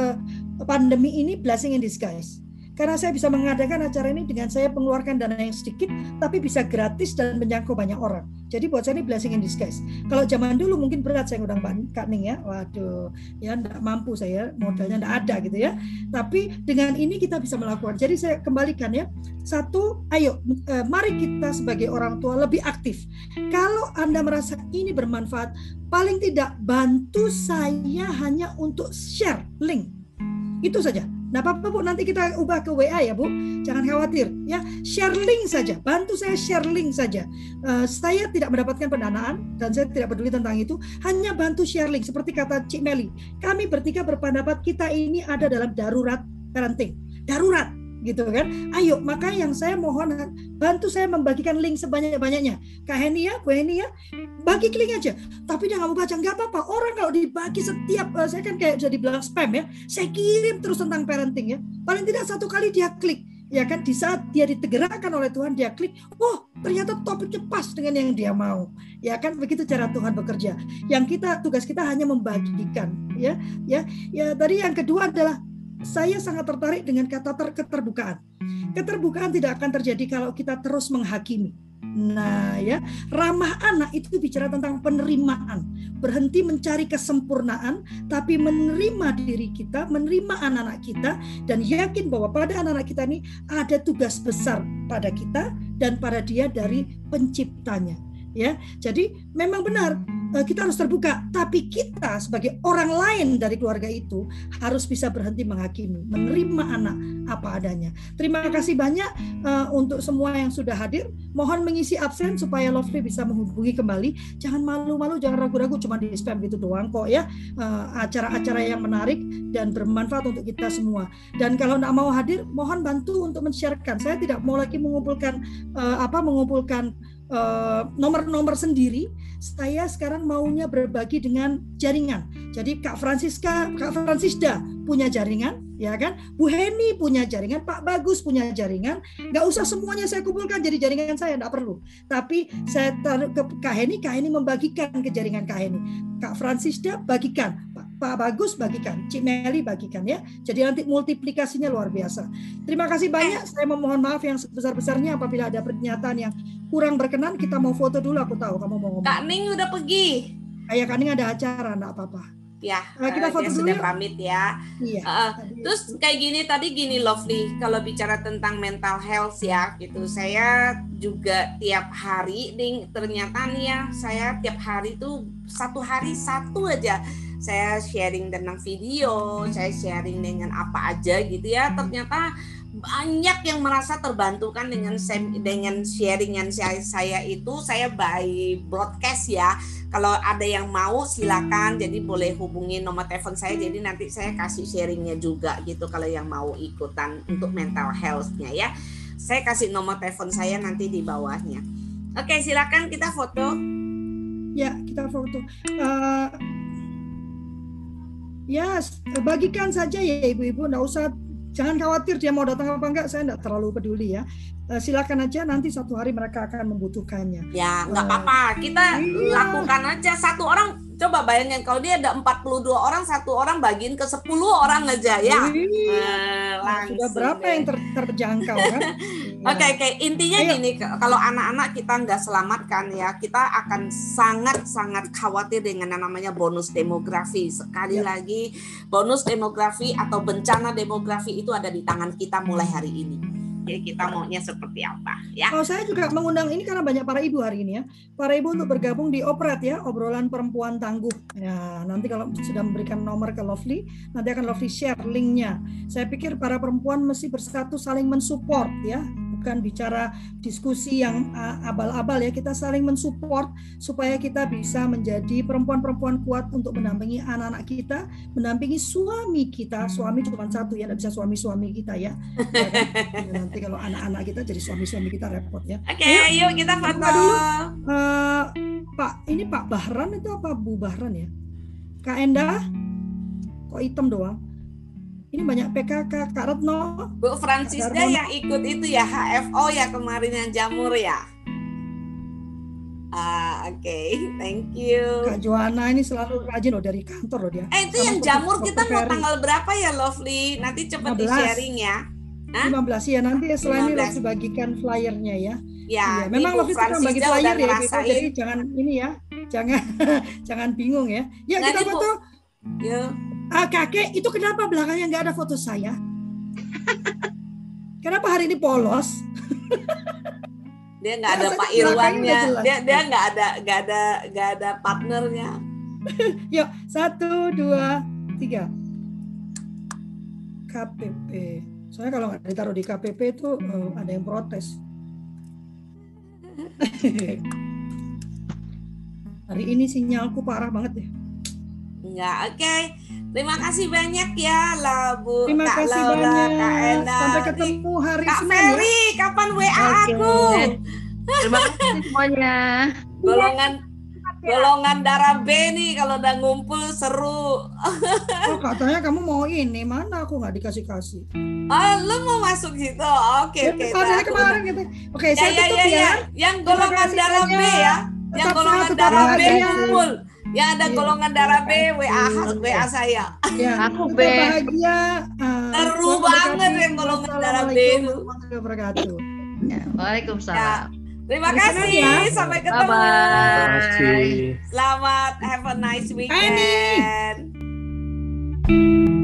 pandemi ini blessing in disguise. Karena saya bisa mengadakan acara ini dengan saya mengeluarkan dana yang sedikit, tapi bisa gratis dan menjangkau banyak orang. Jadi buat saya ini blessing in disguise. Kalau zaman dulu mungkin berat saya ngundang Kak Ning ya, waduh, ya enggak mampu saya, modalnya enggak ada gitu ya. Tapi dengan ini kita bisa melakukan. Jadi saya kembalikan ya, satu, ayo, mari kita sebagai orang tua lebih aktif. Kalau Anda merasa ini bermanfaat, paling tidak bantu saya hanya untuk share link. Itu saja. Nah, apa-apa Bu, nanti kita ubah ke WA ya Bu, jangan khawatir ya, share link saja, bantu saya share link saja. Saya tidak mendapatkan pendanaan dan saya tidak peduli tentang itu, hanya bantu share link. Seperti kata Cik Meli, kami bertiga berpendapat kita ini ada dalam darurat parenting, darurat gitu kan. Ayo, maka yang saya mohon bantu saya membagikan link sebanyak-banyaknya. Kak Heni ya, Bu Heni ya, bagi link aja. Tapi dia nggak mau baca, nggak apa-apa. Orang kalau dibagi setiap, saya kan kayak bisa dibilang spam ya, saya kirim terus tentang parenting ya. Paling tidak satu kali dia klik, ya kan. Di saat dia ditegerakan oleh Tuhan, dia klik, oh ternyata topiknya pas dengan yang dia mau, ya kan. Begitu cara Tuhan bekerja. Yang tugas kita hanya membagikan, ya. Tadi yang kedua adalah saya sangat tertarik dengan kata keterbukaan. Keterbukaan tidak akan terjadi kalau kita terus menghakimi. Nah ya, ramah anak itu bicara tentang penerimaan. Berhenti mencari kesempurnaan, tapi menerima diri kita, menerima anak-anak kita, dan yakin bahwa pada anak-anak kita ini ada tugas besar pada kita dan pada dia dari penciptanya. Ya, jadi memang benar kita harus terbuka, tapi kita sebagai orang lain dari keluarga itu harus bisa berhenti menghakimi, menerima anak apa adanya. Terima kasih banyak untuk semua yang sudah hadir. Mohon mengisi absen supaya Lovely bisa menghubungi kembali. Jangan malu-malu, jangan ragu-ragu, cuma di spam gitu doang kok ya. Acara-acara yang menarik dan bermanfaat untuk kita semua. Dan kalau tidak mau hadir, mohon bantu untuk men-sharekan. Saya tidak mau lagi mengumpulkan nomor-nomor sendiri. Saya sekarang maunya berbagi dengan jaringan. Jadi Kak Francisda punya jaringan, ya kan? Bu Heni punya jaringan, Pak Bagus punya jaringan. Nggak usah semuanya saya kumpulkan jadi jaringan saya, nggak perlu. Tapi saya taruh ke Kak Heni membagikan ke jaringan Kak Heni. Kak Francisda bagikan, Pak Bagus bagikan, Cik Meli bagikan ya. Jadi nanti multiplikasinya luar biasa. Terima kasih banyak. Saya memohon maaf yang sebesar-besarnya apabila ada pernyataan yang kurang berkenan. Kita mau foto dulu, aku tahu kamu mau ngomong. Kak Ning udah pergi. Kayak Kak Ning ada acara, enggak apa-apa. Ya, kita foto dulu sudah ya. pamit ya. Iya. Terus kayak gini Lovely, kalau bicara tentang mental health ya gitu, saya juga tiap hari ternyata nih ya, saya tiap hari tuh satu aja saya sharing tentang video, saya sharing dengan apa aja gitu ya. Ternyata banyak yang merasa terbantukan dengan sharingan saya itu. Saya by broadcast ya. Kalau ada yang mau silakan, jadi boleh hubungi nomor telepon saya. Jadi nanti saya kasih sharingnya juga gitu kalau yang mau ikutan untuk mental health-nya ya. Saya kasih nomor telepon saya nanti di bawahnya. Oke, silakan kita foto. Ya, kita foto. Ya, bagikan saja ya ibu-ibu, enggak usah, jangan khawatir dia mau datang apa enggak, saya enggak terlalu peduli ya. Silakan aja, nanti suatu hari mereka akan membutuhkannya. Ya, enggak apa-apa. Kita lakukan aja. Satu orang, coba bayangin kalau dia ada 42 orang, satu orang bagiin ke 10 orang aja ya. Sudah berapa yang terjangkau kan? Oke. Intinya Ayo. gini, kalau anak-anak kita nggak selamatkan ya, kita akan sangat-sangat khawatir dengan yang namanya bonus demografi. Sekali lagi, bonus demografi atau bencana demografi itu ada di tangan kita mulai hari ini. Jadi kita maunya seperti apa ya? Oh, saya juga mengundang ini karena banyak para ibu hari ini ya. Para ibu untuk bergabung di Opret ya, obrolan perempuan tangguh. Ya, nanti kalau sudah memberikan nomor ke Lovely, nanti akan Lovely share linknya. Saya pikir para perempuan mesti bersatu saling mensupport ya. Bukan bicara diskusi yang abal-abal ya, kita saling mensupport supaya kita bisa menjadi perempuan-perempuan kuat untuk mendampingi anak-anak kita, mendampingi suami kita. Suami cuma satu ya, tidak bisa suami-suami kita ya. Ya kan? Nanti kalau anak-anak kita jadi suami-suami kita repot ya. Oke, yuk kita foto. Pak, ini Pak Bahran itu apa Bu Bahran ya? Kak Endah, kok hitam doang? Ini banyak PKK, Kak Retno. Bu Francisda yang ikut itu ya, HFO ya kemarin yang jamur ya. Oke, thank you. Kak Joanna ini selalu rajin loh dari kantor loh dia. Itu yang jamur kita mau tanggal berapa ya Lovely? Nanti cepat di sharing ya. 15 ya, nanti ya selain ini Lovely bagikan flyernya ya. Ya, memang Lovely suka bagi flyer ya gitu. Jadi jangan ini ya, jangan bingung ya. Ya kita foto. Yuk. Kakek, itu kenapa belakangnya nggak ada foto saya? Kenapa hari ini polos? Dia nggak ada Pak Irwannya, dia nggak ada partnernya. Yuk, 1, 2, 3. KPP. Soalnya kalau nggak ditaruh di KPP itu ada yang protes. Hari ini sinyalku parah banget deh. Enggak, oke. Terima kasih banyak ya Bu. Terima Kak kasih Laura, banyak. Kak Enda. Sampai ketemu hari Kak Senin Ferry, kapan WA aku? Terima kasih semuanya. Golongan darah B nih kalau udah ngumpul seru. Oh, katanya kamu mau ini, mana aku nggak dikasih-kasih. Oh, lu mau masuk situ? Oke. Kemarin gitu. Oke, saya tutup ya. Yang golongan darah B ya. Yang golongan darah B ngumpul. Yang ada golongan darah B, WA saya. Ya, aku B. Bahagia. Seru banget yang golongan darah B itu. Waalaikumsalam. Terima kasih. Sampai ketemu. Bye. Selamat have a nice weekend.